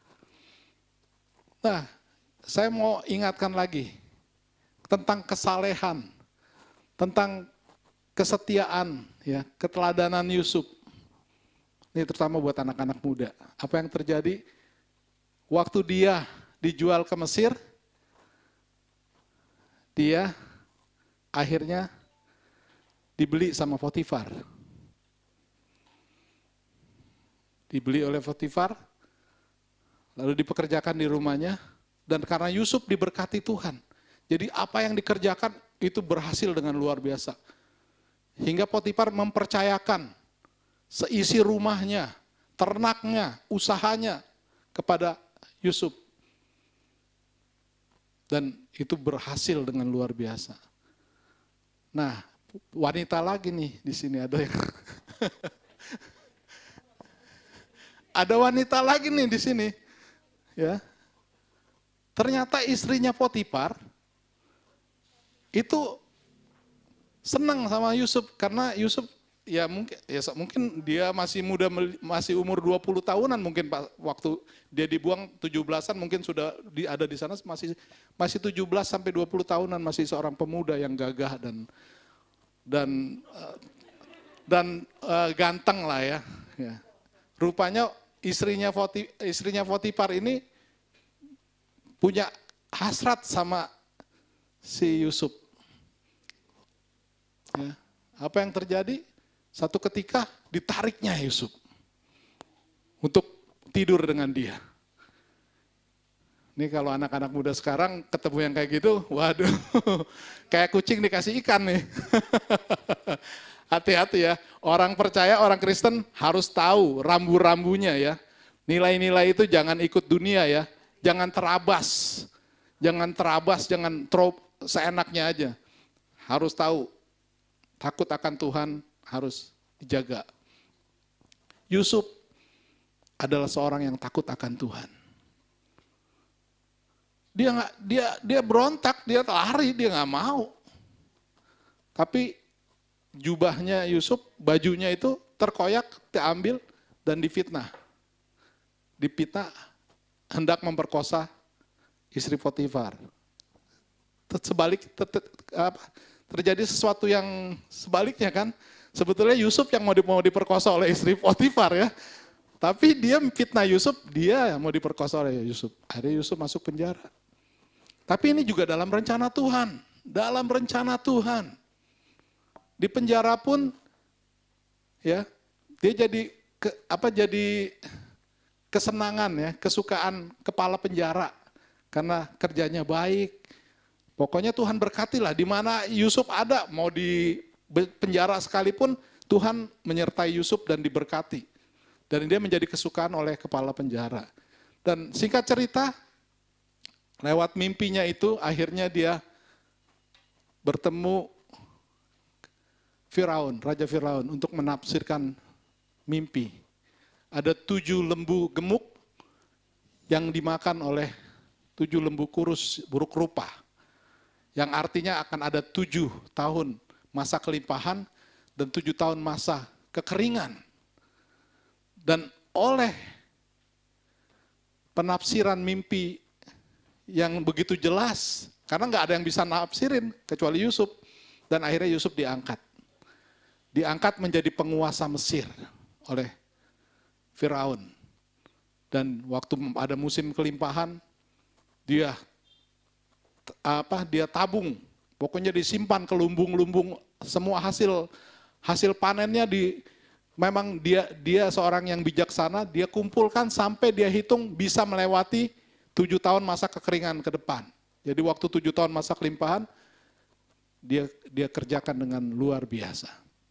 Nah, saya mau ingatkan lagi tentang kesalehan, tentang kesetiaan, ya, keteladanan Yusuf. Ini terutama buat anak-anak muda. Apa yang terjadi waktu dia dijual ke Mesir? Dia akhirnya dibeli sama Potifar. Dibeli oleh Potifar, lalu dipekerjakan di rumahnya, dan karena Yusuf diberkati Tuhan. Jadi apa yang dikerjakan itu berhasil dengan luar biasa. Hingga Potifar mempercayakan seisi rumahnya, ternaknya, usahanya kepada Yusuf. Dan itu berhasil dengan luar biasa. Nah, wanita lagi nih di sini ada yang ada wanita lagi nih di sini. Ya. Ternyata istrinya Potifar itu senang sama Yusuf karena Yusuf mungkin dia masih muda, masih umur 20 tahunan mungkin waktu dia dibuang 17-an mungkin sudah ada di sana masih 17 sampai 20 tahunan, masih seorang pemuda yang gagah dan ganteng lah ya. Rupanya istrinya Potifar ini punya hasrat sama si Yusuf. Ya. Apa yang terjadi? Satu ketika ditariknya Yusuf untuk tidur dengan dia. Ini kalau anak-anak muda sekarang ketemu yang kayak gitu, waduh, kayak kucing dikasih ikan nih. Hati-hati ya, orang percaya, orang Kristen harus tahu rambu-rambunya ya. Nilai-nilai itu jangan ikut dunia ya, jangan terabas, jangan seenaknya aja. Harus tahu, takut akan Tuhan harus dijaga. Yusuf adalah seorang yang takut akan Tuhan. Dia berontak, dia lari, dia nggak mau. Tapi jubahnya Yusuf, bajunya itu terkoyak, diambil dan difitnah. Difitnah hendak memperkosa istri Potifar. Terjadi sesuatu yang sebaliknya kan. Sebetulnya Yusuf yang mau diperkosa oleh istri Potifar ya. Tapi dia fitnah Yusuf, dia yang mau diperkosa oleh Yusuf. Akhirnya Yusuf masuk penjara. Tapi ini juga dalam rencana Tuhan. Dalam rencana Tuhan. Di penjara pun ya, dia jadi kesenangan ya, kesukaan kepala penjara. Karena kerjanya baik. Pokoknya Tuhan berkatilah, di mana Yusuf ada, mau di penjara sekalipun Tuhan menyertai Yusuf dan diberkati. Dan dia menjadi kesukaan oleh kepala penjara. Dan singkat cerita, lewat mimpinya itu akhirnya dia bertemu Firaun, Raja Firaun untuk menafsirkan mimpi. Ada 7 lembu gemuk yang dimakan oleh 7 lembu kurus buruk rupa. Yang artinya akan ada 7 tahun masa kelimpahan dan 7 tahun masa kekeringan. Dan oleh penafsiran mimpi yang begitu jelas, karena nggak ada yang bisa nafsirin kecuali Yusuf. Dan akhirnya Yusuf diangkat. Diangkat menjadi penguasa Mesir oleh Firaun. Dan waktu ada musim kelimpahan, dia tabung, pokoknya disimpan ke lumbung-lumbung, semua hasil panennya memang dia seorang yang bijaksana, dia kumpulkan sampai dia hitung bisa melewati 7 tahun masa kekeringan ke depan. Jadi waktu 7 tahun masa kelimpahan, dia kerjakan dengan luar biasa.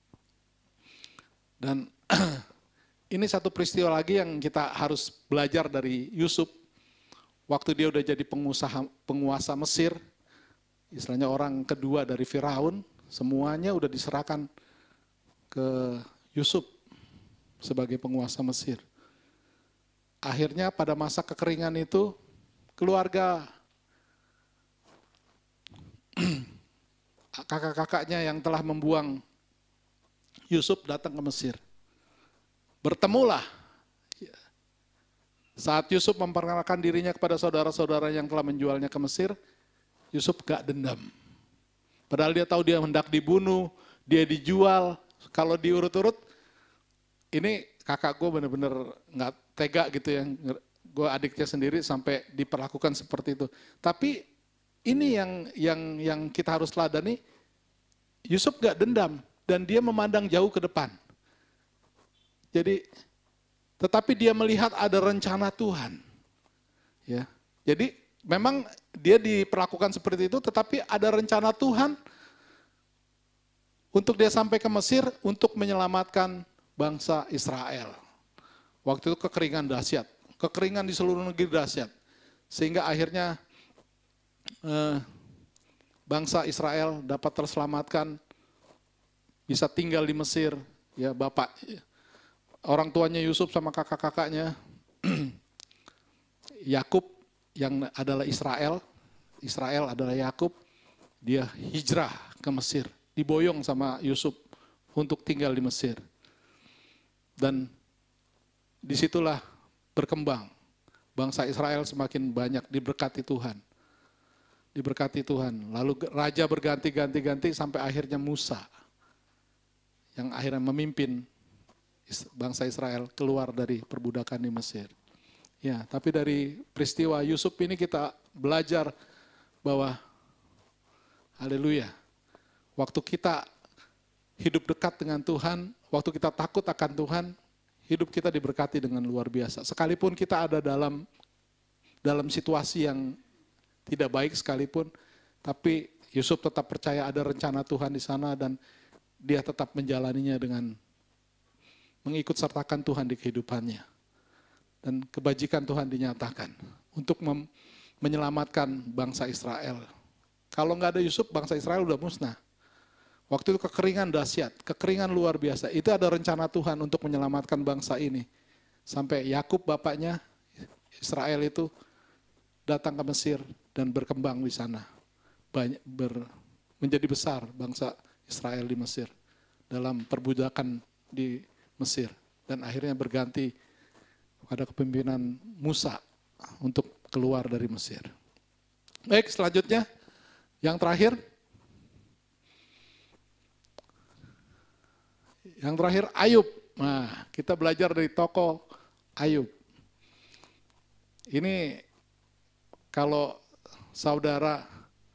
Dan ini satu peristiwa lagi yang kita harus belajar dari Yusuf. Waktu dia udah jadi penguasa Mesir, istilahnya orang kedua dari Firaun, semuanya udah diserahkan ke Yusuf sebagai penguasa Mesir. Akhirnya pada masa kekeringan itu, keluarga kakak-kakaknya yang telah membuang Yusuf datang ke Mesir. Bertemulah. Saat Yusuf memperkenalkan dirinya kepada saudara-saudara yang telah menjualnya ke Mesir, Yusuf gak dendam. Padahal dia tahu dia hendak dibunuh, dia dijual. Kalau diurut-urut, ini kakak gue bener-bener gak tega gitu ya. Gue adiknya sendiri sampai diperlakukan seperti itu. Tapi ini yang kita harus ladani, Yusuf gak dendam dan dia memandang jauh ke depan. Tetapi dia melihat ada rencana Tuhan. Ya. Jadi memang dia diperlakukan seperti itu, tetapi ada rencana Tuhan untuk dia sampai ke Mesir untuk menyelamatkan bangsa Israel. Waktu itu kekeringan dahsyat, kekeringan di seluruh negeri dahsyat. Sehingga akhirnya bangsa Israel dapat terselamatkan, bisa tinggal di Mesir, ya bapak, orang tuanya Yusuf sama kakak-kakaknya, Yakub yang adalah Israel adalah Yakub, dia hijrah ke Mesir, diboyong sama Yusuf untuk tinggal di Mesir. Dan disitulah berkembang, bangsa Israel semakin banyak diberkati Tuhan. Lalu raja berganti-ganti sampai akhirnya Musa yang akhirnya memimpin bangsa Israel keluar dari perbudakan di Mesir. Ya, tapi dari peristiwa Yusuf ini kita belajar bahwa haleluya, waktu kita hidup dekat dengan Tuhan, waktu kita takut akan Tuhan, hidup kita diberkati dengan luar biasa. Sekalipun kita ada dalam situasi yang tidak baik sekalipun, tapi Yusuf tetap percaya ada rencana Tuhan di sana dan dia tetap menjalaninya dengan mengikut sertakan Tuhan di kehidupannya. Dan kebajikan Tuhan dinyatakan untuk menyelamatkan bangsa Israel. Kalau nggak ada Yusuf, bangsa Israel udah musnah. Waktu itu kekeringan dahsyat, kekeringan luar biasa. Itu ada rencana Tuhan untuk menyelamatkan bangsa ini. Sampai Yakub bapaknya, Israel itu datang ke Mesir dan berkembang di sana. Menjadi besar bangsa Israel di Mesir. Dalam perbudakan di Mesir. Dan akhirnya berganti pada kepemimpinan Musa untuk keluar dari Mesir. Baik, selanjutnya yang terakhir. Yang terakhir Ayub. Nah, kita belajar dari tokoh Ayub. Ini kalau saudara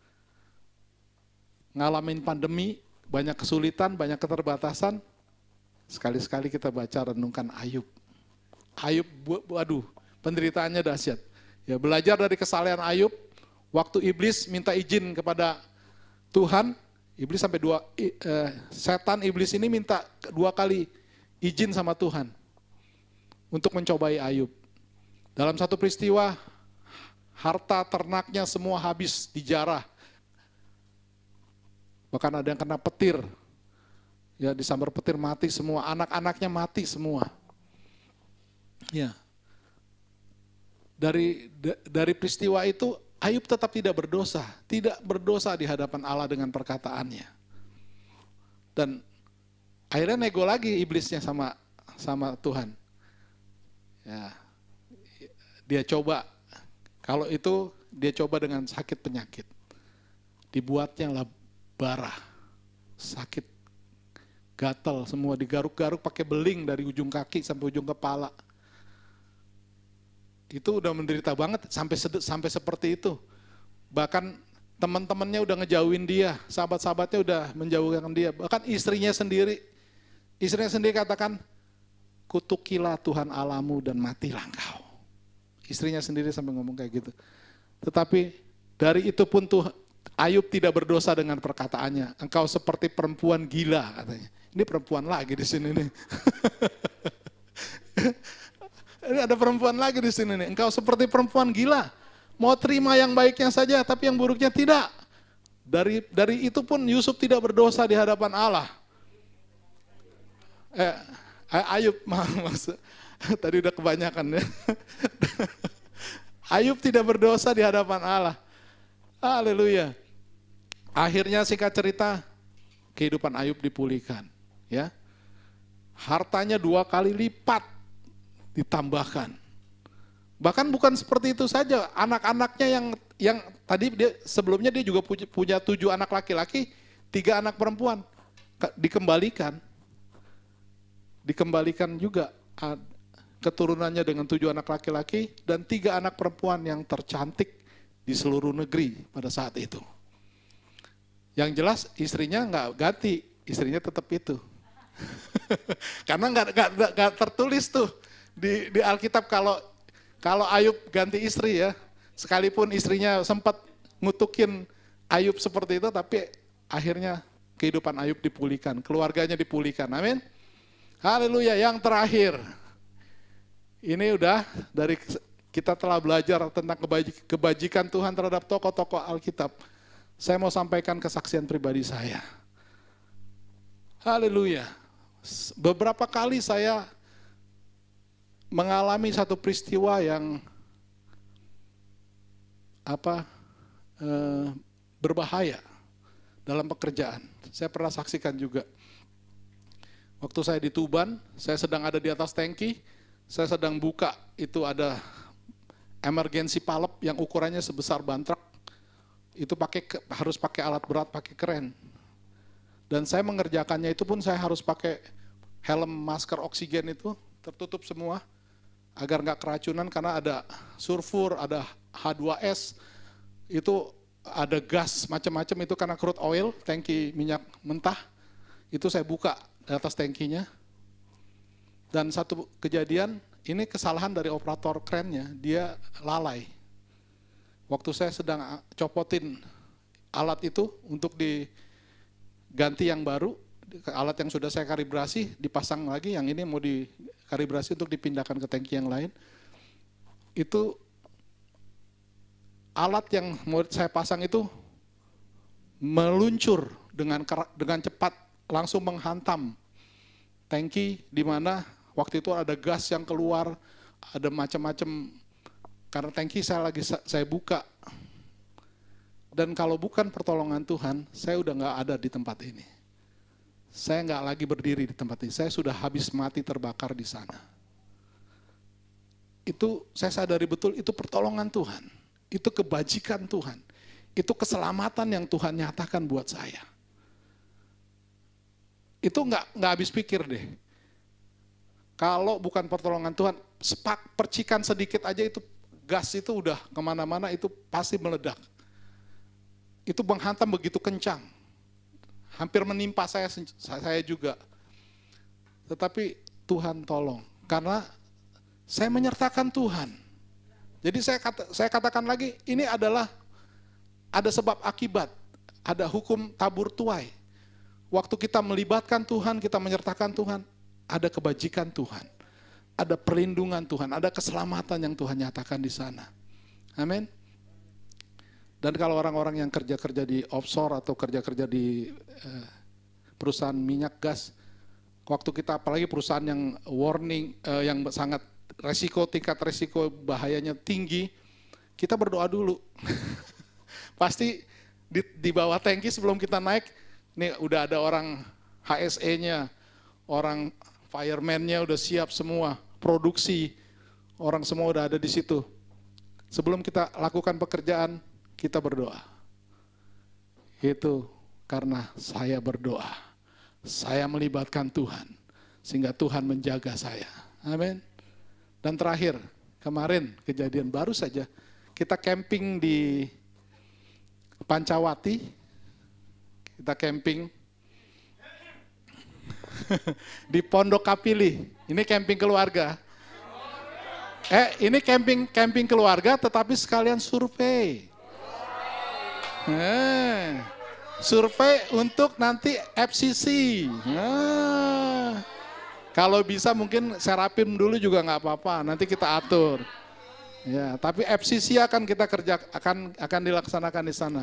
ngalamin pandemi, banyak kesulitan, banyak keterbatasan, sekali-sekali kita baca renungkan Ayub. Ayub, waduh, penderitaannya dahsyat. Ya, belajar dari kesalahan Ayub, waktu iblis minta izin kepada Tuhan, iblis sampai setan iblis ini minta 2 kali izin sama Tuhan untuk mencobai Ayub. Dalam satu peristiwa, harta ternaknya semua habis dijarah. Bahkan ada yang kena petir. Ya, disambar petir mati semua, anak-anaknya mati semua. Ya. Dari peristiwa itu Ayub tetap tidak berdosa di hadapan Allah dengan perkataannya. Dan akhirnya nego lagi iblisnya sama Tuhan. Ya. Dia coba, kalau itu dia coba dengan sakit penyakit. Dibuatnya lah bara, sakit, gatal semua, digaruk-garuk pakai beling dari ujung kaki sampai ujung kepala. Itu udah menderita banget sampai seperti itu. Bahkan teman-temannya udah ngejauhin dia, sahabat-sahabatnya udah menjauhkan dia. Bahkan istrinya sendiri katakan, kutukilah Tuhan Allahmu dan matilah engkau. Istrinya sendiri sampai ngomong kayak gitu. Tetapi dari itu pun Ayub tidak berdosa dengan perkataannya. Engkau seperti perempuan gila katanya. Ini perempuan lagi di sini nih. Ini ada perempuan lagi di sini nih. Engkau seperti perempuan gila. Mau terima yang baiknya saja, tapi yang buruknya tidak. Dari itu pun Yusuf tidak berdosa di hadapan Allah. Ayub, maksud. Tadi udah kebanyakan ya. Ayub tidak berdosa di hadapan Allah. Haleluya. Akhirnya singkat cerita, kehidupan Ayub dipulihkan. Ya, hartanya 2 kali lipat ditambahkan. Bahkan bukan seperti itu saja, anak-anaknya yang tadi sebelumnya dia juga punya 7 anak laki-laki, 3 anak perempuan, dikembalikan juga keturunannya dengan 7 anak laki-laki dan 3 anak perempuan yang tercantik di seluruh negeri pada saat itu. Yang jelas istrinya nggak ganti, istrinya tetap itu. Karena nggak tertulis tuh di Alkitab kalau Ayub ganti istri ya, sekalipun istrinya sempat ngutukin Ayub seperti itu, tapi akhirnya kehidupan Ayub dipulihkan, keluarganya dipulihkan. Amin. Haleluya. Yang terakhir, ini udah dari kita telah belajar tentang kebajikan Tuhan terhadap tokoh-tokoh Alkitab. Saya mau sampaikan kesaksian pribadi saya. Haleluya. Beberapa kali saya mengalami satu peristiwa yang berbahaya dalam pekerjaan. Saya pernah saksikan juga. Waktu saya di Tuban, saya sedang ada di atas tangki, saya sedang buka, itu ada emergency palep yang ukurannya sebesar ban truk. Itu harus pakai alat berat, pakai kren. Dan saya mengerjakannya itu pun saya harus pakai helm, masker oksigen itu, tertutup semua, agar nggak keracunan karena ada sulfur, ada H2S, itu ada gas macam-macam itu karena crude oil, tangki minyak mentah, itu saya buka di atas tangkinya. Dan satu kejadian, ini kesalahan dari operator krennya, dia lalai. Waktu saya sedang copotin alat itu untuk diganti yang baru, alat yang sudah saya kalibrasi dipasang lagi, yang ini mau dikalibrasi untuk dipindahkan ke tangki yang lain. Itu alat yang mau saya pasang itu meluncur dengan cepat, langsung menghantam tangki di mana waktu itu ada gas yang keluar, ada macam-macam, karena tangki saya buka. Dan kalau bukan pertolongan Tuhan, saya udah nggak ada di tempat ini. Saya nggak lagi berdiri di tempat ini, saya sudah habis mati terbakar di sana. Itu saya sadari betul, itu pertolongan Tuhan, itu kebajikan Tuhan, itu keselamatan yang Tuhan nyatakan buat saya. Itu nggak habis pikir deh. Kalau bukan pertolongan Tuhan, percikan sedikit aja itu gas itu udah kemana-mana, itu pasti meledak. Itu menghantam begitu kencang, hampir menimpa saya juga. Tetapi Tuhan tolong, karena saya menyertakan Tuhan. Jadi saya katakan lagi, ini adalah ada sebab akibat, ada hukum tabur tuai. Waktu kita melibatkan Tuhan, kita menyertakan Tuhan, ada kebajikan Tuhan, ada perlindungan Tuhan, ada keselamatan yang Tuhan nyatakan di sana. Amin. Dan kalau orang-orang yang kerja-kerja di offshore atau kerja-kerja di perusahaan minyak gas, waktu kita apalagi perusahaan yang warning, yang sangat tingkat resiko bahayanya tinggi, kita berdoa dulu. Pasti di bawah tangki sebelum kita naik, nih udah ada orang HSE-nya, orang fireman-nya udah siap semua, produksi, orang semua udah ada di situ. Sebelum kita lakukan pekerjaan, kita berdoa. Itu karena saya berdoa, saya melibatkan Tuhan, sehingga Tuhan menjaga saya. Amin. Dan terakhir, kemarin kejadian baru saja, kita camping di Pancawati, kita camping di Pondok Kapili. Ini camping keluarga. Ini camping keluarga, tetapi sekalian survei. Survei untuk nanti FCC. Kalau bisa mungkin Serapim dulu juga nggak apa-apa. Nanti kita atur. Ya, tapi FCC akan kita akan dilaksanakan di sana.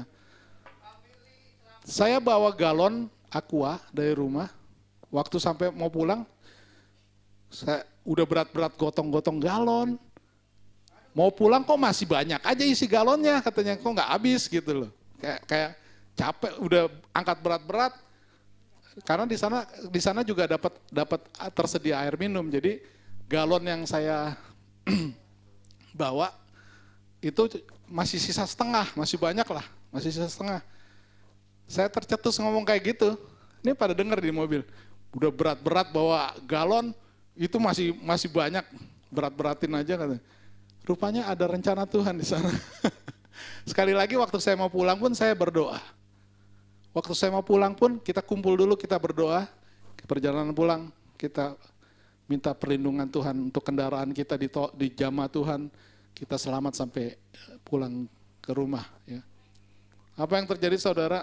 Saya bawa galon aqua dari rumah. Waktu sampai mau pulang, saya udah berat-berat gotong-gotong galon. Mau pulang kok masih banyak aja isi galonnya, katanya kok nggak habis gitu loh. Kayak capek, udah angkat berat-berat. Karena di sana juga dapat tersedia air minum. Jadi galon yang saya bawa itu masih sisa setengah, masih banyak lah, masih sisa setengah. Saya tercetus ngomong kayak gitu. Ini pada denger di mobil. Udah berat-berat bawa galon, itu masih banyak, berat-beratin aja katanya. Rupanya ada rencana Tuhan di sana. Sekali lagi waktu saya mau pulang pun saya berdoa. Waktu saya mau pulang pun kita kumpul dulu, kita berdoa. Perjalanan pulang kita minta perlindungan Tuhan untuk kendaraan kita di jamaah Tuhan. Kita selamat sampai pulang ke rumah. Ya. Apa yang terjadi saudara?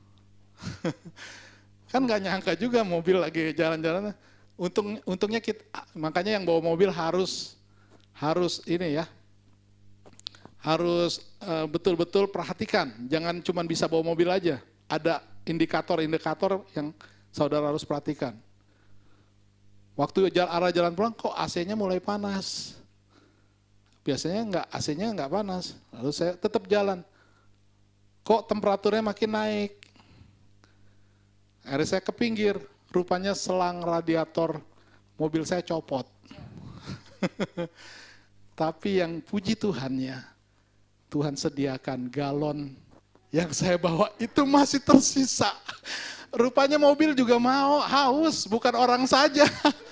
Kan nggak nyangka juga mobil lagi jalan-jalan. Untungnya makanya yang bawa mobil harus ini ya, harus betul-betul perhatikan. Jangan cuma bisa bawa mobil aja. Ada indikator-indikator yang saudara harus perhatikan. Waktu arah jalan pulang, kok AC-nya mulai panas. Biasanya AC-nya nggak panas. Lalu saya tetap jalan. Kok temperaturnya makin naik. Akhirnya saya ke pinggir. Rupanya selang radiator mobil saya copot. Tapi yang puji Tuhannya, Tuhan sediakan galon yang saya bawa itu masih tersisa. Rupanya mobil juga mau haus, bukan orang saja.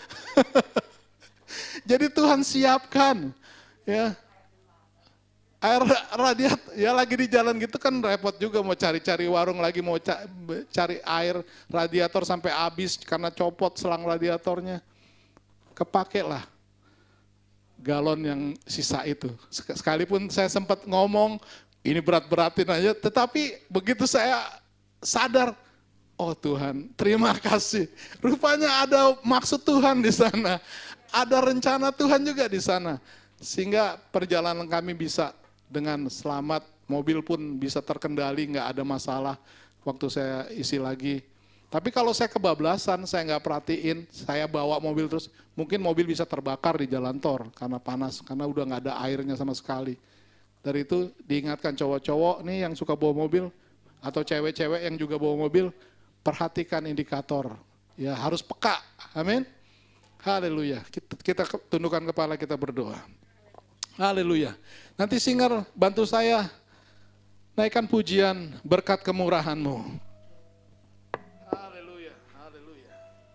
Jadi Tuhan siapkan, ya. Air radiator, ya lagi di jalan gitu kan repot juga mau cari-cari warung lagi, mau cari air radiator sampai habis karena copot selang radiatornya. Kepake lah galon yang sisa itu. Sekalipun saya sempat ngomong, ini berat-beratin aja, tetapi begitu saya sadar, oh Tuhan, terima kasih. Rupanya ada maksud Tuhan di sana. Ada rencana Tuhan juga di sana. Sehingga perjalanan kami bisa dengan selamat, mobil pun bisa terkendali, nggak ada masalah waktu saya isi lagi. Tapi kalau saya kebablasan, saya nggak perhatiin, saya bawa mobil terus, mungkin mobil bisa terbakar di jalan tol karena panas, karena udah nggak ada airnya sama sekali. Dari itu diingatkan cowok-cowok nih yang suka bawa mobil, atau cewek-cewek yang juga bawa mobil, perhatikan indikator. Ya harus peka, amin. Haleluya. Kita tundukkan kepala, kita berdoa. Haleluya. Nanti singer bantu saya naikkan pujian berkat kemurahan-Mu. Haleluya, haleluya.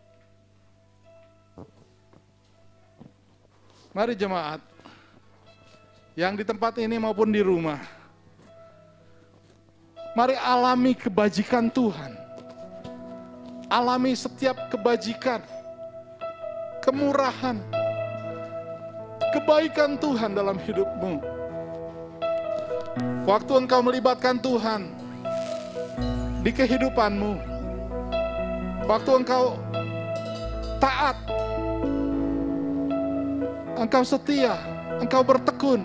Mari jemaat, yang di tempat ini maupun di rumah, mari alami kebajikan Tuhan. Alami setiap kebajikan, kemurahan, kebaikan Tuhan dalam hidupmu. Waktu engkau melibatkan Tuhan di kehidupanmu, waktu engkau taat, engkau setia, engkau bertekun,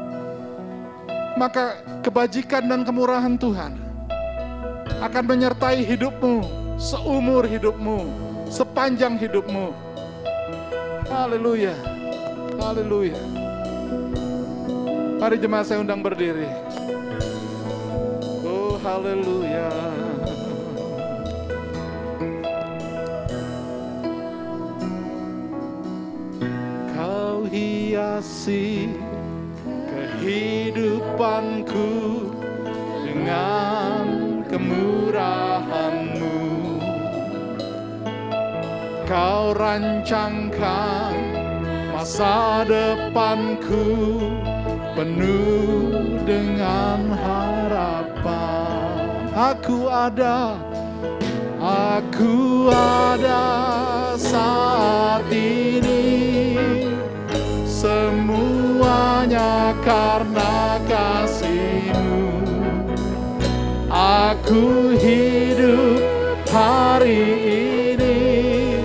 maka kebajikan dan kemurahan Tuhan akan menyertai hidupmu seumur hidupmu, sepanjang hidupmu. Haleluya, haleluya. Mari jemaat saya undang berdiri. Oh haleluya. Kau hiasi kehidupanku dengan kemurahan-Mu. Kau rancangkan masa depanku penuh dengan harapan. Aku ada saat ini, semuanya karena kasih-Mu. Aku hidup hari ini,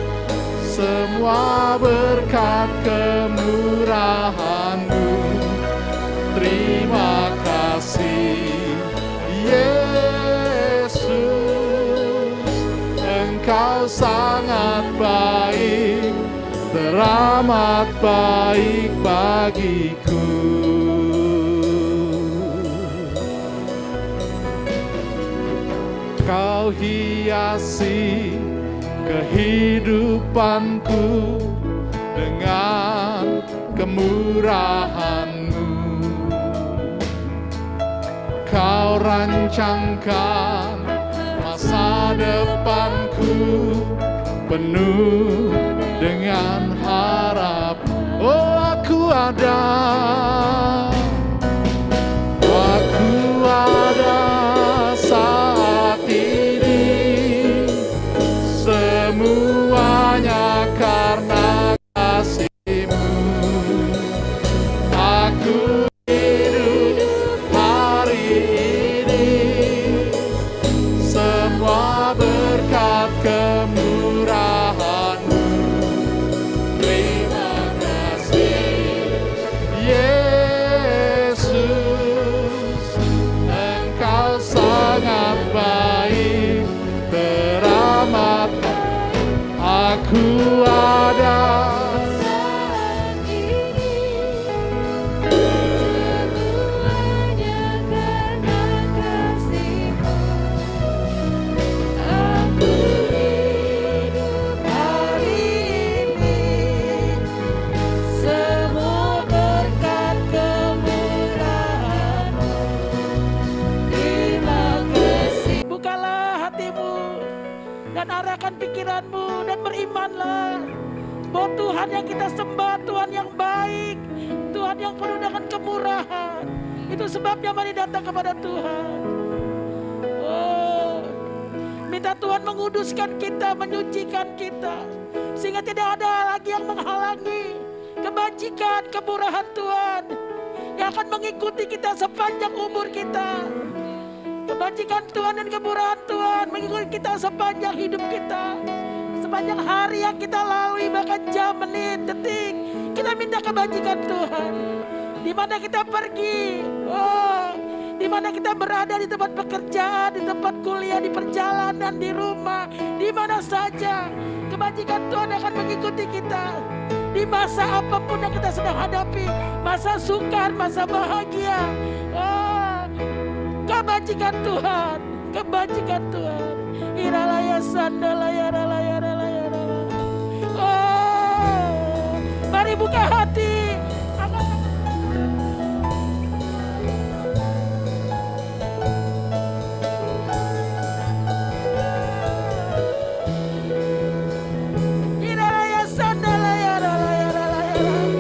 semua berkat kemurahan-Mu. Terima kasih Yesus, Engkau sangat baik, teramat baik bagiku. Kau hiasi kehidupanku dengan kemurahan-Mu. Kau rancangkan masa depanku penuh dengan harap. Oh aku ada saat ini, semuanya karena kasih-Mu. Aku hidup hari ini, semua berkat kemurahan-Mu. Terima kasih Yesus, ku ada. Arahkan pikiranmu dan berimanlah bahwa Tuhan yang kita sembah, Tuhan yang baik, Tuhan yang penuh dengan kemurahan. Itu sebabnya mari datang kepada Tuhan. Oh, minta Tuhan menguduskan kita, menyucikan kita, sehingga tidak ada lagi yang menghalangi kebajikan, kemurahan Tuhan yang akan mengikuti kita sepanjang umur kita. Kebajikan Tuhan dan kemurahan Tuhan mengikuti kita sepanjang hidup kita, sepanjang hari yang kita lalui, bahkan jam, menit, detik. Kita minta kebajikan Tuhan. Di mana kita pergi, di mana kita berada, di tempat pekerjaan, di tempat kuliah, di perjalanan, di rumah, di mana saja, kebajikan Tuhan akan mengikuti kita. Di masa apapun yang kita sedang hadapi, masa sukar, masa bahagia. Kebajikan Tuhan, kebajikan Tuhan. Iralaya sandalaya ralaya ralaya. Oh, mari buka hati. Iralaya sandalaya ralaya ralaya.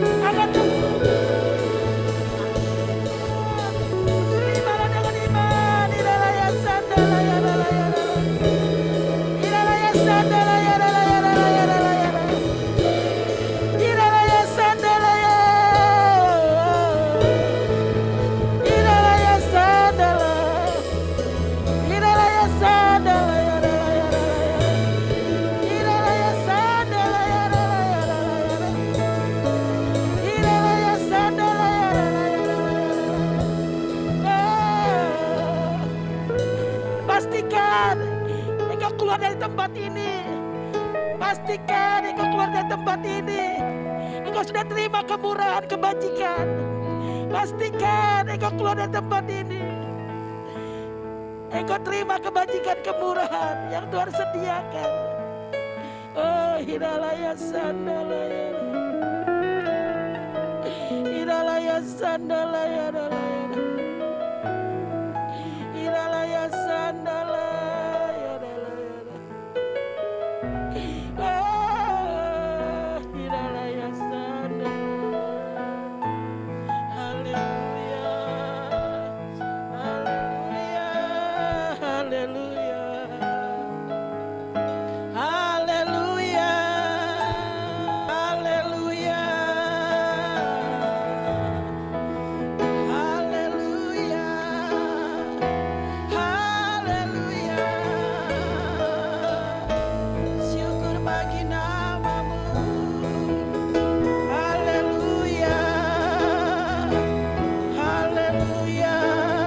Pastikan engkau keluar dari tempat ini. Pastikan engkau keluar dari tempat ini. Engkau sudah terima kemurahan, kebajikan. Pastikan engkau keluar dari tempat ini. Engkau terima kebajikan, kemurahan yang Tuhan sediakan. Oh, hiralaya sandalaya. Hiralaya sandalaya. Hiralaya sandalaya. Oh, hiralaya sandalaya. Haleluya. Haleluya. Haleluya. Haleluya. Haleluya. Haleluya. Haleluya. Syukur bagi namamu. Haleluya. Haleluya.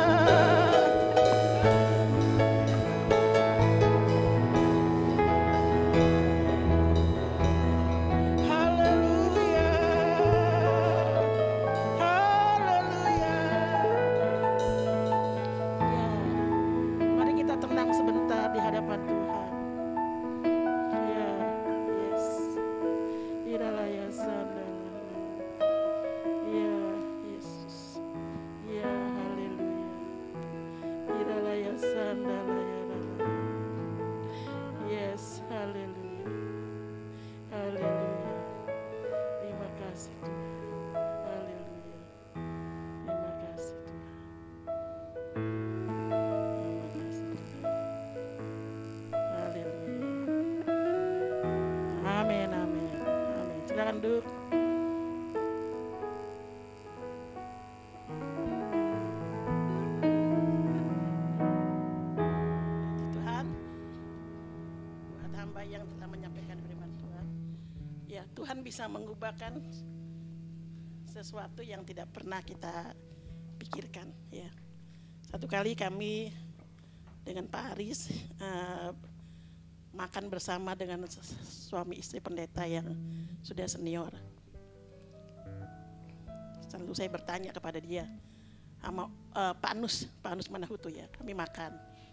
Haleluya. Haleluya. Ya, mari kita tenang sebentar di hadapan Tuhan. Ya, yes. Iralaya sandalaya. Ya, Yesus. Ya, haleluya. Iralaya sandalaya. Yes, haleluya. Haleluya. Terima kasih Tuhan. Haleluya. Terima kasih Tuhan. Terima kasih Tuhan. Haleluya. Amin, amin, amin. Silakan duduk. Tuhan, buat hamba yang telah menyampaikan firman Tuhan, ya Tuhan bisa mengubahkan sesuatu yang tidak pernah kita pikirkan. Ya, satu kali kami dengan Pak Aris makan bersama dengan suami istri pendeta yang sudah senior. Lalu saya bertanya kepada dia, sama Pak Anus Manahutu ya, kami makan.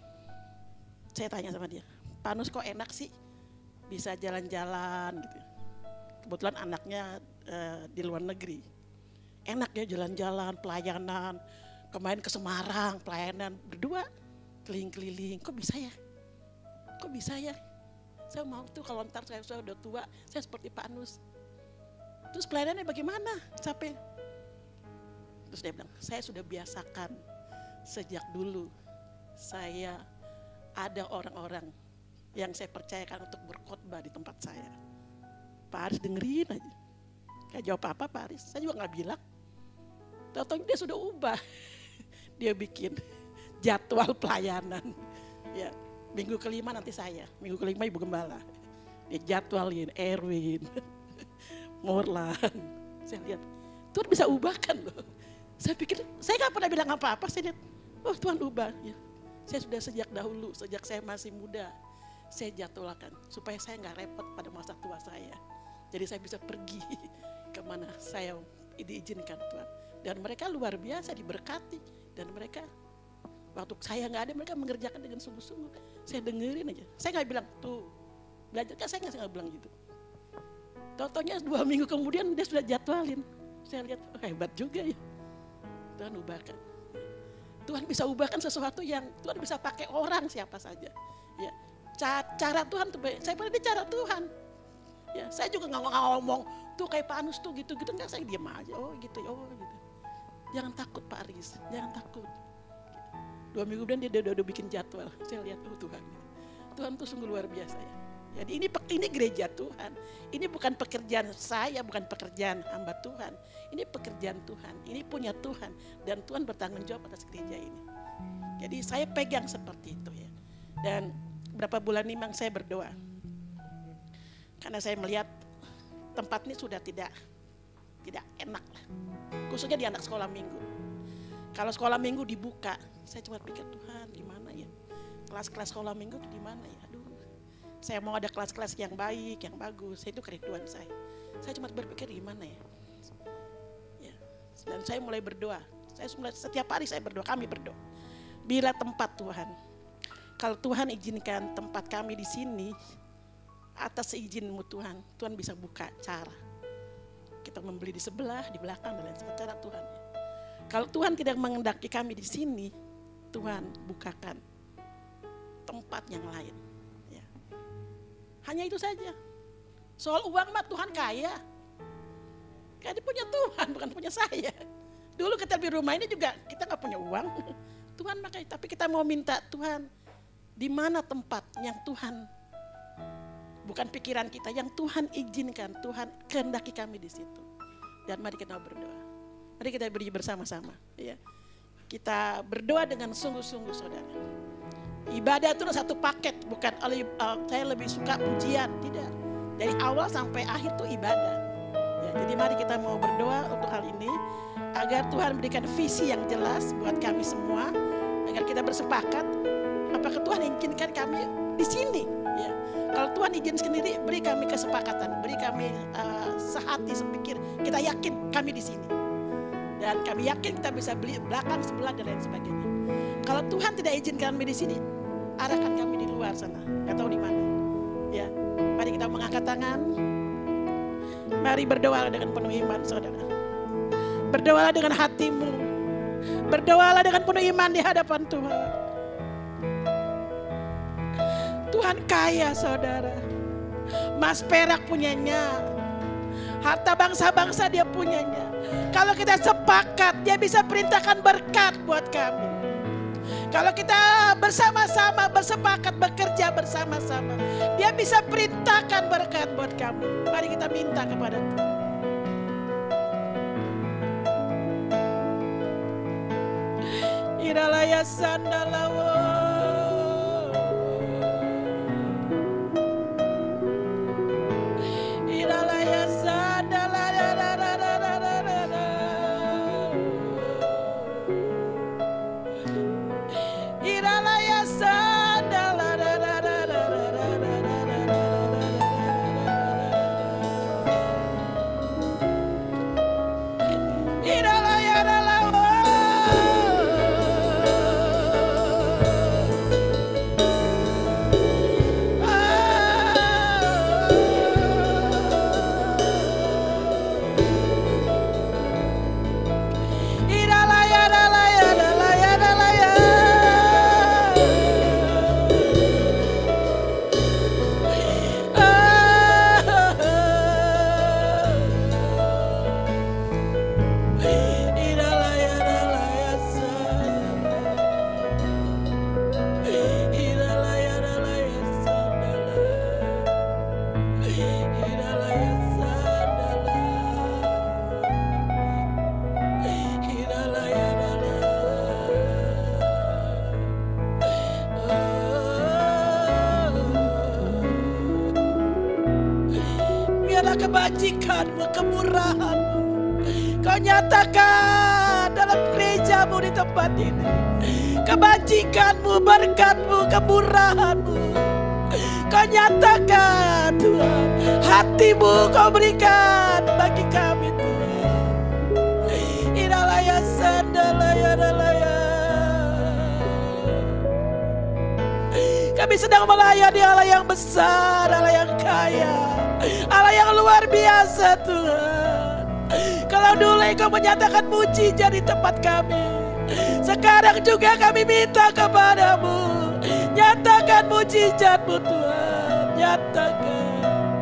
Saya tanya sama dia, Pak Anus kok enak sih bisa jalan-jalan gitu. Kebetulan anaknya di luar negeri. Enak ya jalan-jalan, pelayanan, kemarin ke Semarang, pelayanan berdua, keliling-keliling. Kok bisa ya? Kok bisa ya? Saya mau tuh kalau ntar saya udah tua, saya seperti Pak Anus. Terus pelayanannya bagaimana? Capek. Terus dia bilang, saya sudah biasakan sejak dulu saya ada orang-orang yang saya percayakan untuk berkhotbah di tempat saya. Pak Aris dengerin aja. Gak jawab apa-apa Pak Aris, saya juga gak bilang. Tahu-tahu dia sudah ubah. Dia bikin jadwal pelayanan. Ya, minggu kelima nanti saya, minggu kelima Ibu Gembala. Dia jadwalin Erwin, Morlan. Saya lihat, Tuhan bisa ubahkan loh. Saya pikir, saya gak pernah bilang apa-apa. Saya lihat, oh Tuhan ubah. Ya. Saya sudah sejak dahulu, sejak saya masih muda, saya jadwalkan supaya saya gak repot pada masa tua saya. Jadi saya bisa pergi kemana saya diizinkan Tuhan. Dan mereka luar biasa diberkati. Dan mereka, waktu saya gak ada, mereka mengerjakan dengan sungguh-sungguh. Saya dengerin aja. Saya gak bilang, tuh belajar kan, saya gak bilang gitu. Tau-taunya 2 minggu kemudian dia sudah jadwalin. Saya lihat, oh, hebat juga ya. Tuhan ubahkan. Tuhan bisa ubahkan sesuatu yang Tuhan bisa pakai orang siapa saja. Ya, cara Tuhan tuh, saya pada cara Tuhan. Ya, saya juga nggak ngomong tuh kayak Pak Anus tuh gitu-gitu, enggak, saya diam aja. Oh gitu, oh gitu. Jangan takut Pak Aris, jangan takut. 2 minggu kemudian dia udah bikin jadwal. Saya lihat, oh Tuhan, Tuhan tuh sungguh luar biasa ya. Jadi ini gereja Tuhan. Ini bukan pekerjaan saya, bukan pekerjaan hamba Tuhan. Ini pekerjaan Tuhan, ini punya Tuhan. Dan Tuhan bertanggung jawab atas gereja ini. Jadi saya pegang seperti itu ya. Dan berapa bulan ini memang saya berdoa. Karena saya melihat tempat ini sudah tidak enak lah. Khususnya di anak sekolah minggu. Kalau sekolah minggu dibuka, saya cuma pikir Tuhan gimana ya. Kelas-kelas sekolah minggu itu di mana ya. Aduh. Saya mau ada kelas-kelas yang baik, yang bagus. Itu kerinduan saya. Saya cuma berpikir gimana ya. Ya. Dan saya mulai berdoa. Setiap hari saya berdoa, kami berdoa. Bila tempat Tuhan, kalau Tuhan izinkan tempat kami di sini, atas izin-Mu Tuhan, Tuhan bisa buka cara. Kita membeli di sebelah, di belakang, dan lain sebagainya, cara Tuhan. Kalau Tuhan tidak mengendaki kami di sini, Tuhan bukakan tempat yang lain. Ya. Hanya itu saja. Soal uang mah Tuhan kaya. Kaya punya Tuhan, bukan punya saya. Dulu kita di rumah ini juga kita nggak punya uang. Tuhan makanya, tapi kita mau minta Tuhan, di mana tempat yang Tuhan, bukan pikiran kita, yang Tuhan izinkan, Tuhan kehendaki kami di situ. Dan mari kita berdoa. Mari kita berdiri bersama-sama. Ya. Kita berdoa dengan sungguh-sungguh saudara. Ibadah itu satu paket, bukan saya lebih suka pujian, tidak. Dari awal sampai akhir itu ibadah. Ya, jadi mari kita mau berdoa untuk hal ini. Agar Tuhan berikan visi yang jelas buat kami semua. Agar kita bersepakat, apakah Tuhan izinkan kami di sini. Ya. Kalau Tuhan izin sendiri, beri kami kesepakatan, beri kami sehati, sepikir, kita yakin kami di sini. Dan kami yakin kita bisa beli belakang, sebelah, dan lain sebagainya. Kalau Tuhan tidak izinkan kami di sini, arahkan kami di luar sana, nggak tahu di mana. Ya, mari kita mengangkat tangan. Mari berdoa dengan penuh iman, saudara. Berdoalah dengan hatimu. Berdoalah dengan penuh iman di hadapan Tuhan. Tuhan kaya, saudara. Emas perak punyanya. Harta bangsa-bangsa dia punyanya. Kalau kita sepakat, dia bisa perintahkan berkat buat kami. Kalau kita bersama-sama bersepakat bekerja bersama-sama, dia bisa perintahkan berkat buat kami. Mari kita minta kepada Tuhan. Iralaya sandalawo. Iralaya sandalala. Biarlah kebajikan-Mu, kemurahan-Mu Kau nyatakan dalam gereja-Mu di tempat ini. Kebajikan-Mu, berkat-Mu, kemurahan-Mu Kau nyatakan Tuhan. Hati-Mu Kau berikan bagi kami Tuhan. Inalaya sandalaya dalaya. Kami sedang melayani Allah yang besar, Allah yang kaya, Allah yang luar biasa Tuhan. Kalau dulu Engkau menyatakan mujizat di tempat kami, sekarang juga kami minta kepadamu, nyatakan mujizat-Mu Tuhan, nyatakan.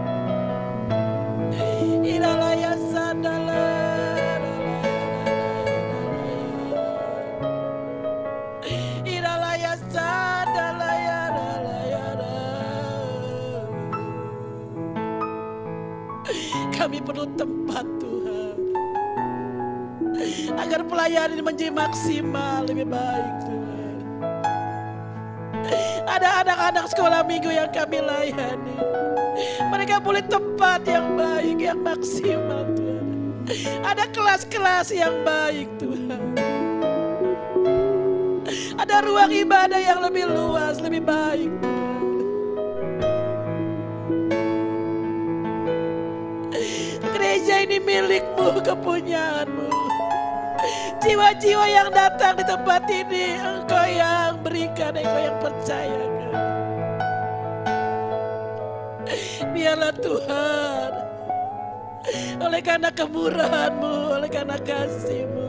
Inalaya sandala. Inalaya sandalaya. Kami perlu tempat Tuhan, agar pelayanan ini menjadi maksimal, lebih baik Tuhan. Ada anak-anak sekolah minggu yang kami layani, mereka boleh tempat yang baik, yang maksimal Tuhan. Ada kelas-kelas yang baik Tuhan. Ada ruang ibadah yang lebih luas, lebih baik Tuhan. Gereja ini milik-Mu, kepunyaan-Mu. Jiwa-jiwa yang datang di tempat ini Engkau yang berikan, Engkau yang percayakan. Biarlah Tuhan, oleh karena kemurahan-Mu, oleh karena kasih-Mu,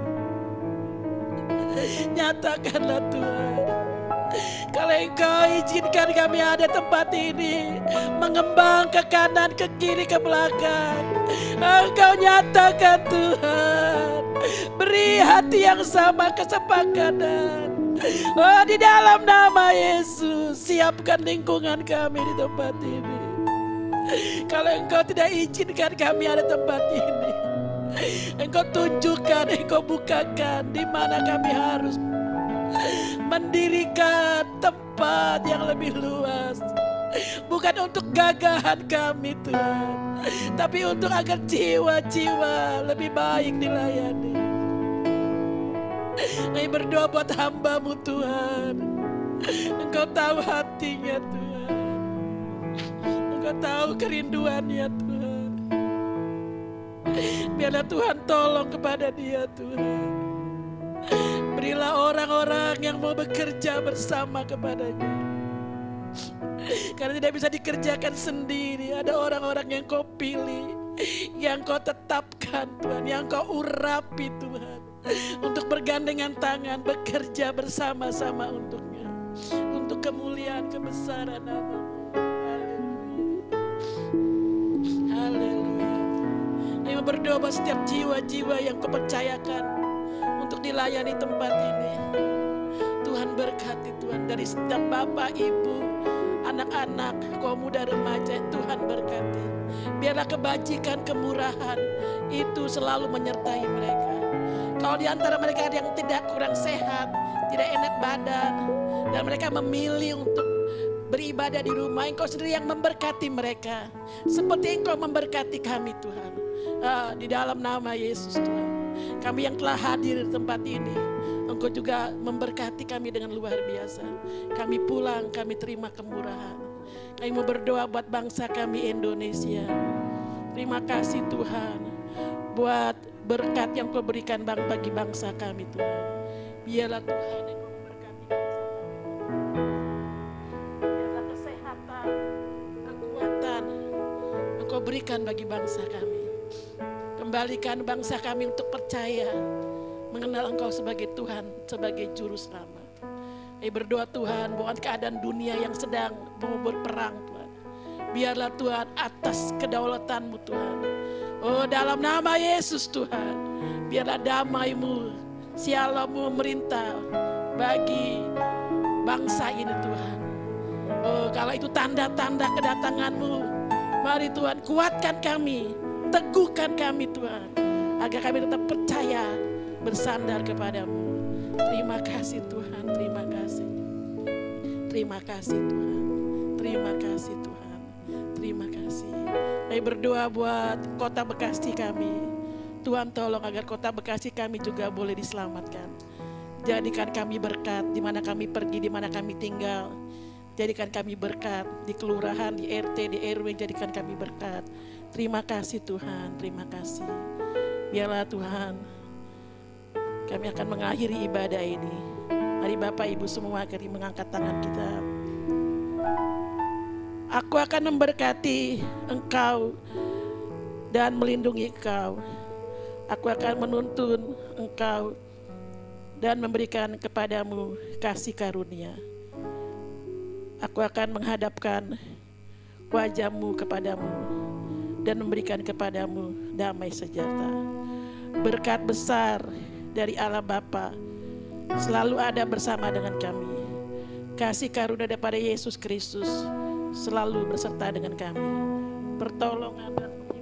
nyatakanlah Tuhan. Kalau Engkau izinkan kami ada tempat ini, mengembang ke kanan, ke kiri, ke belakang, Engkau nyatakan Tuhan. Beri hati yang sama, kesepakatan. Oh, di dalam nama Yesus, siapkan lingkungan kami di tempat ini. Kalau Engkau tidak izinkan kami ada tempat ini, Engkau tunjukkan, Engkau bukakan di mana kami harus mendirikan tempat yang lebih luas. Bukan untuk gagahan kami Tuhan, tapi untuk agar jiwa-jiwa lebih baik dilayani. Kami berdoa buat hamba-Mu Tuhan. Engkau tahu hatinya Tuhan, Engkau tahu kerinduannya Tuhan. Biarlah Tuhan tolong kepada dia Tuhan. Berilah orang-orang yang mau bekerja bersama kepadanya. Karena tidak bisa dikerjakan sendiri. Ada orang-orang yang Kau pilih, yang Kau tetapkan Tuhan, yang Kau urapi Tuhan, untuk bergandengan tangan bekerja bersama-sama untuknya, untuk kemuliaan kebesaran nama-Mu. Haleluya. Haleluya. Kami berdoa buat setiap jiwa-jiwa yang Kau percayakan untuk dilayani tempat ini. Tuhan berkati Tuhan, dari setiap bapak, ibu, anak-anak, kaum muda, remaja, Tuhan berkati. Biarlah kebajikan, kemurahan itu selalu menyertai mereka. Kalau di antara mereka ada yang tidak kurang sehat, tidak enak badan, dan mereka memilih untuk beribadah di rumah, Engkau sendiri yang memberkati mereka, seperti Engkau memberkati kami Tuhan. Di dalam nama Yesus Tuhan, kami yang telah hadir di tempat ini, Engkau juga memberkati kami dengan luar biasa. Kami pulang, kami terima kemurahan. Kami mau berdoa buat bangsa kami Indonesia. Terima kasih Tuhan buat berkat yang Kau berikan bagi bangsa kami Tuhan. Biarlah Tuhan Engkau memberkati bangsa kami. Biarlah kesehatan, kekuatan Engkau berikan bagi bangsa kami. Kembalikan bangsa kami untuk percaya, mengenal Engkau sebagai Tuhan, sebagai Juru Selamat. Berdoa Tuhan, bukan keadaan dunia yang sedang berperang Tuhan. Biarlah Tuhan atas kedaulatan-Mu Tuhan. Oh, dalam nama Yesus Tuhan, biarlah damai-Mu, Shalom-Mu memerintah bagi bangsa ini Tuhan. Oh, kalau itu tanda-tanda kedatangan-Mu, mari Tuhan kuatkan kami, teguhkan kami Tuhan, agar kami tetap percaya, bersandar kepadamu. Terima kasih Tuhan, terima kasih. Terima kasih Tuhan, terima kasih Tuhan, terima kasih. Kami berdoa buat kota Bekasi kami. Tuhan tolong agar kota Bekasi kami juga boleh diselamatkan. Jadikan kami berkat di mana kami pergi, di mana kami tinggal. Jadikan kami berkat di kelurahan, di RT, di RW, jadikan kami berkat. Terima kasih Tuhan, terima kasih. Biarlah Tuhan, kami akan mengakhiri ibadah ini. Mari Bapak Ibu semua kami mengangkat tangan kita. Aku akan memberkati engkau dan melindungi engkau. Aku akan menuntun engkau dan memberikan kepadamu kasih karunia. Aku akan menghadapkan wajahmu kepadamu dan memberikan kepadamu damai sejahtera. Berkat besar dari Allah Bapa selalu ada bersama dengan kami. Kasih karunia daripada Yesus Kristus selalu berserta dengan kami. Pertolongan dan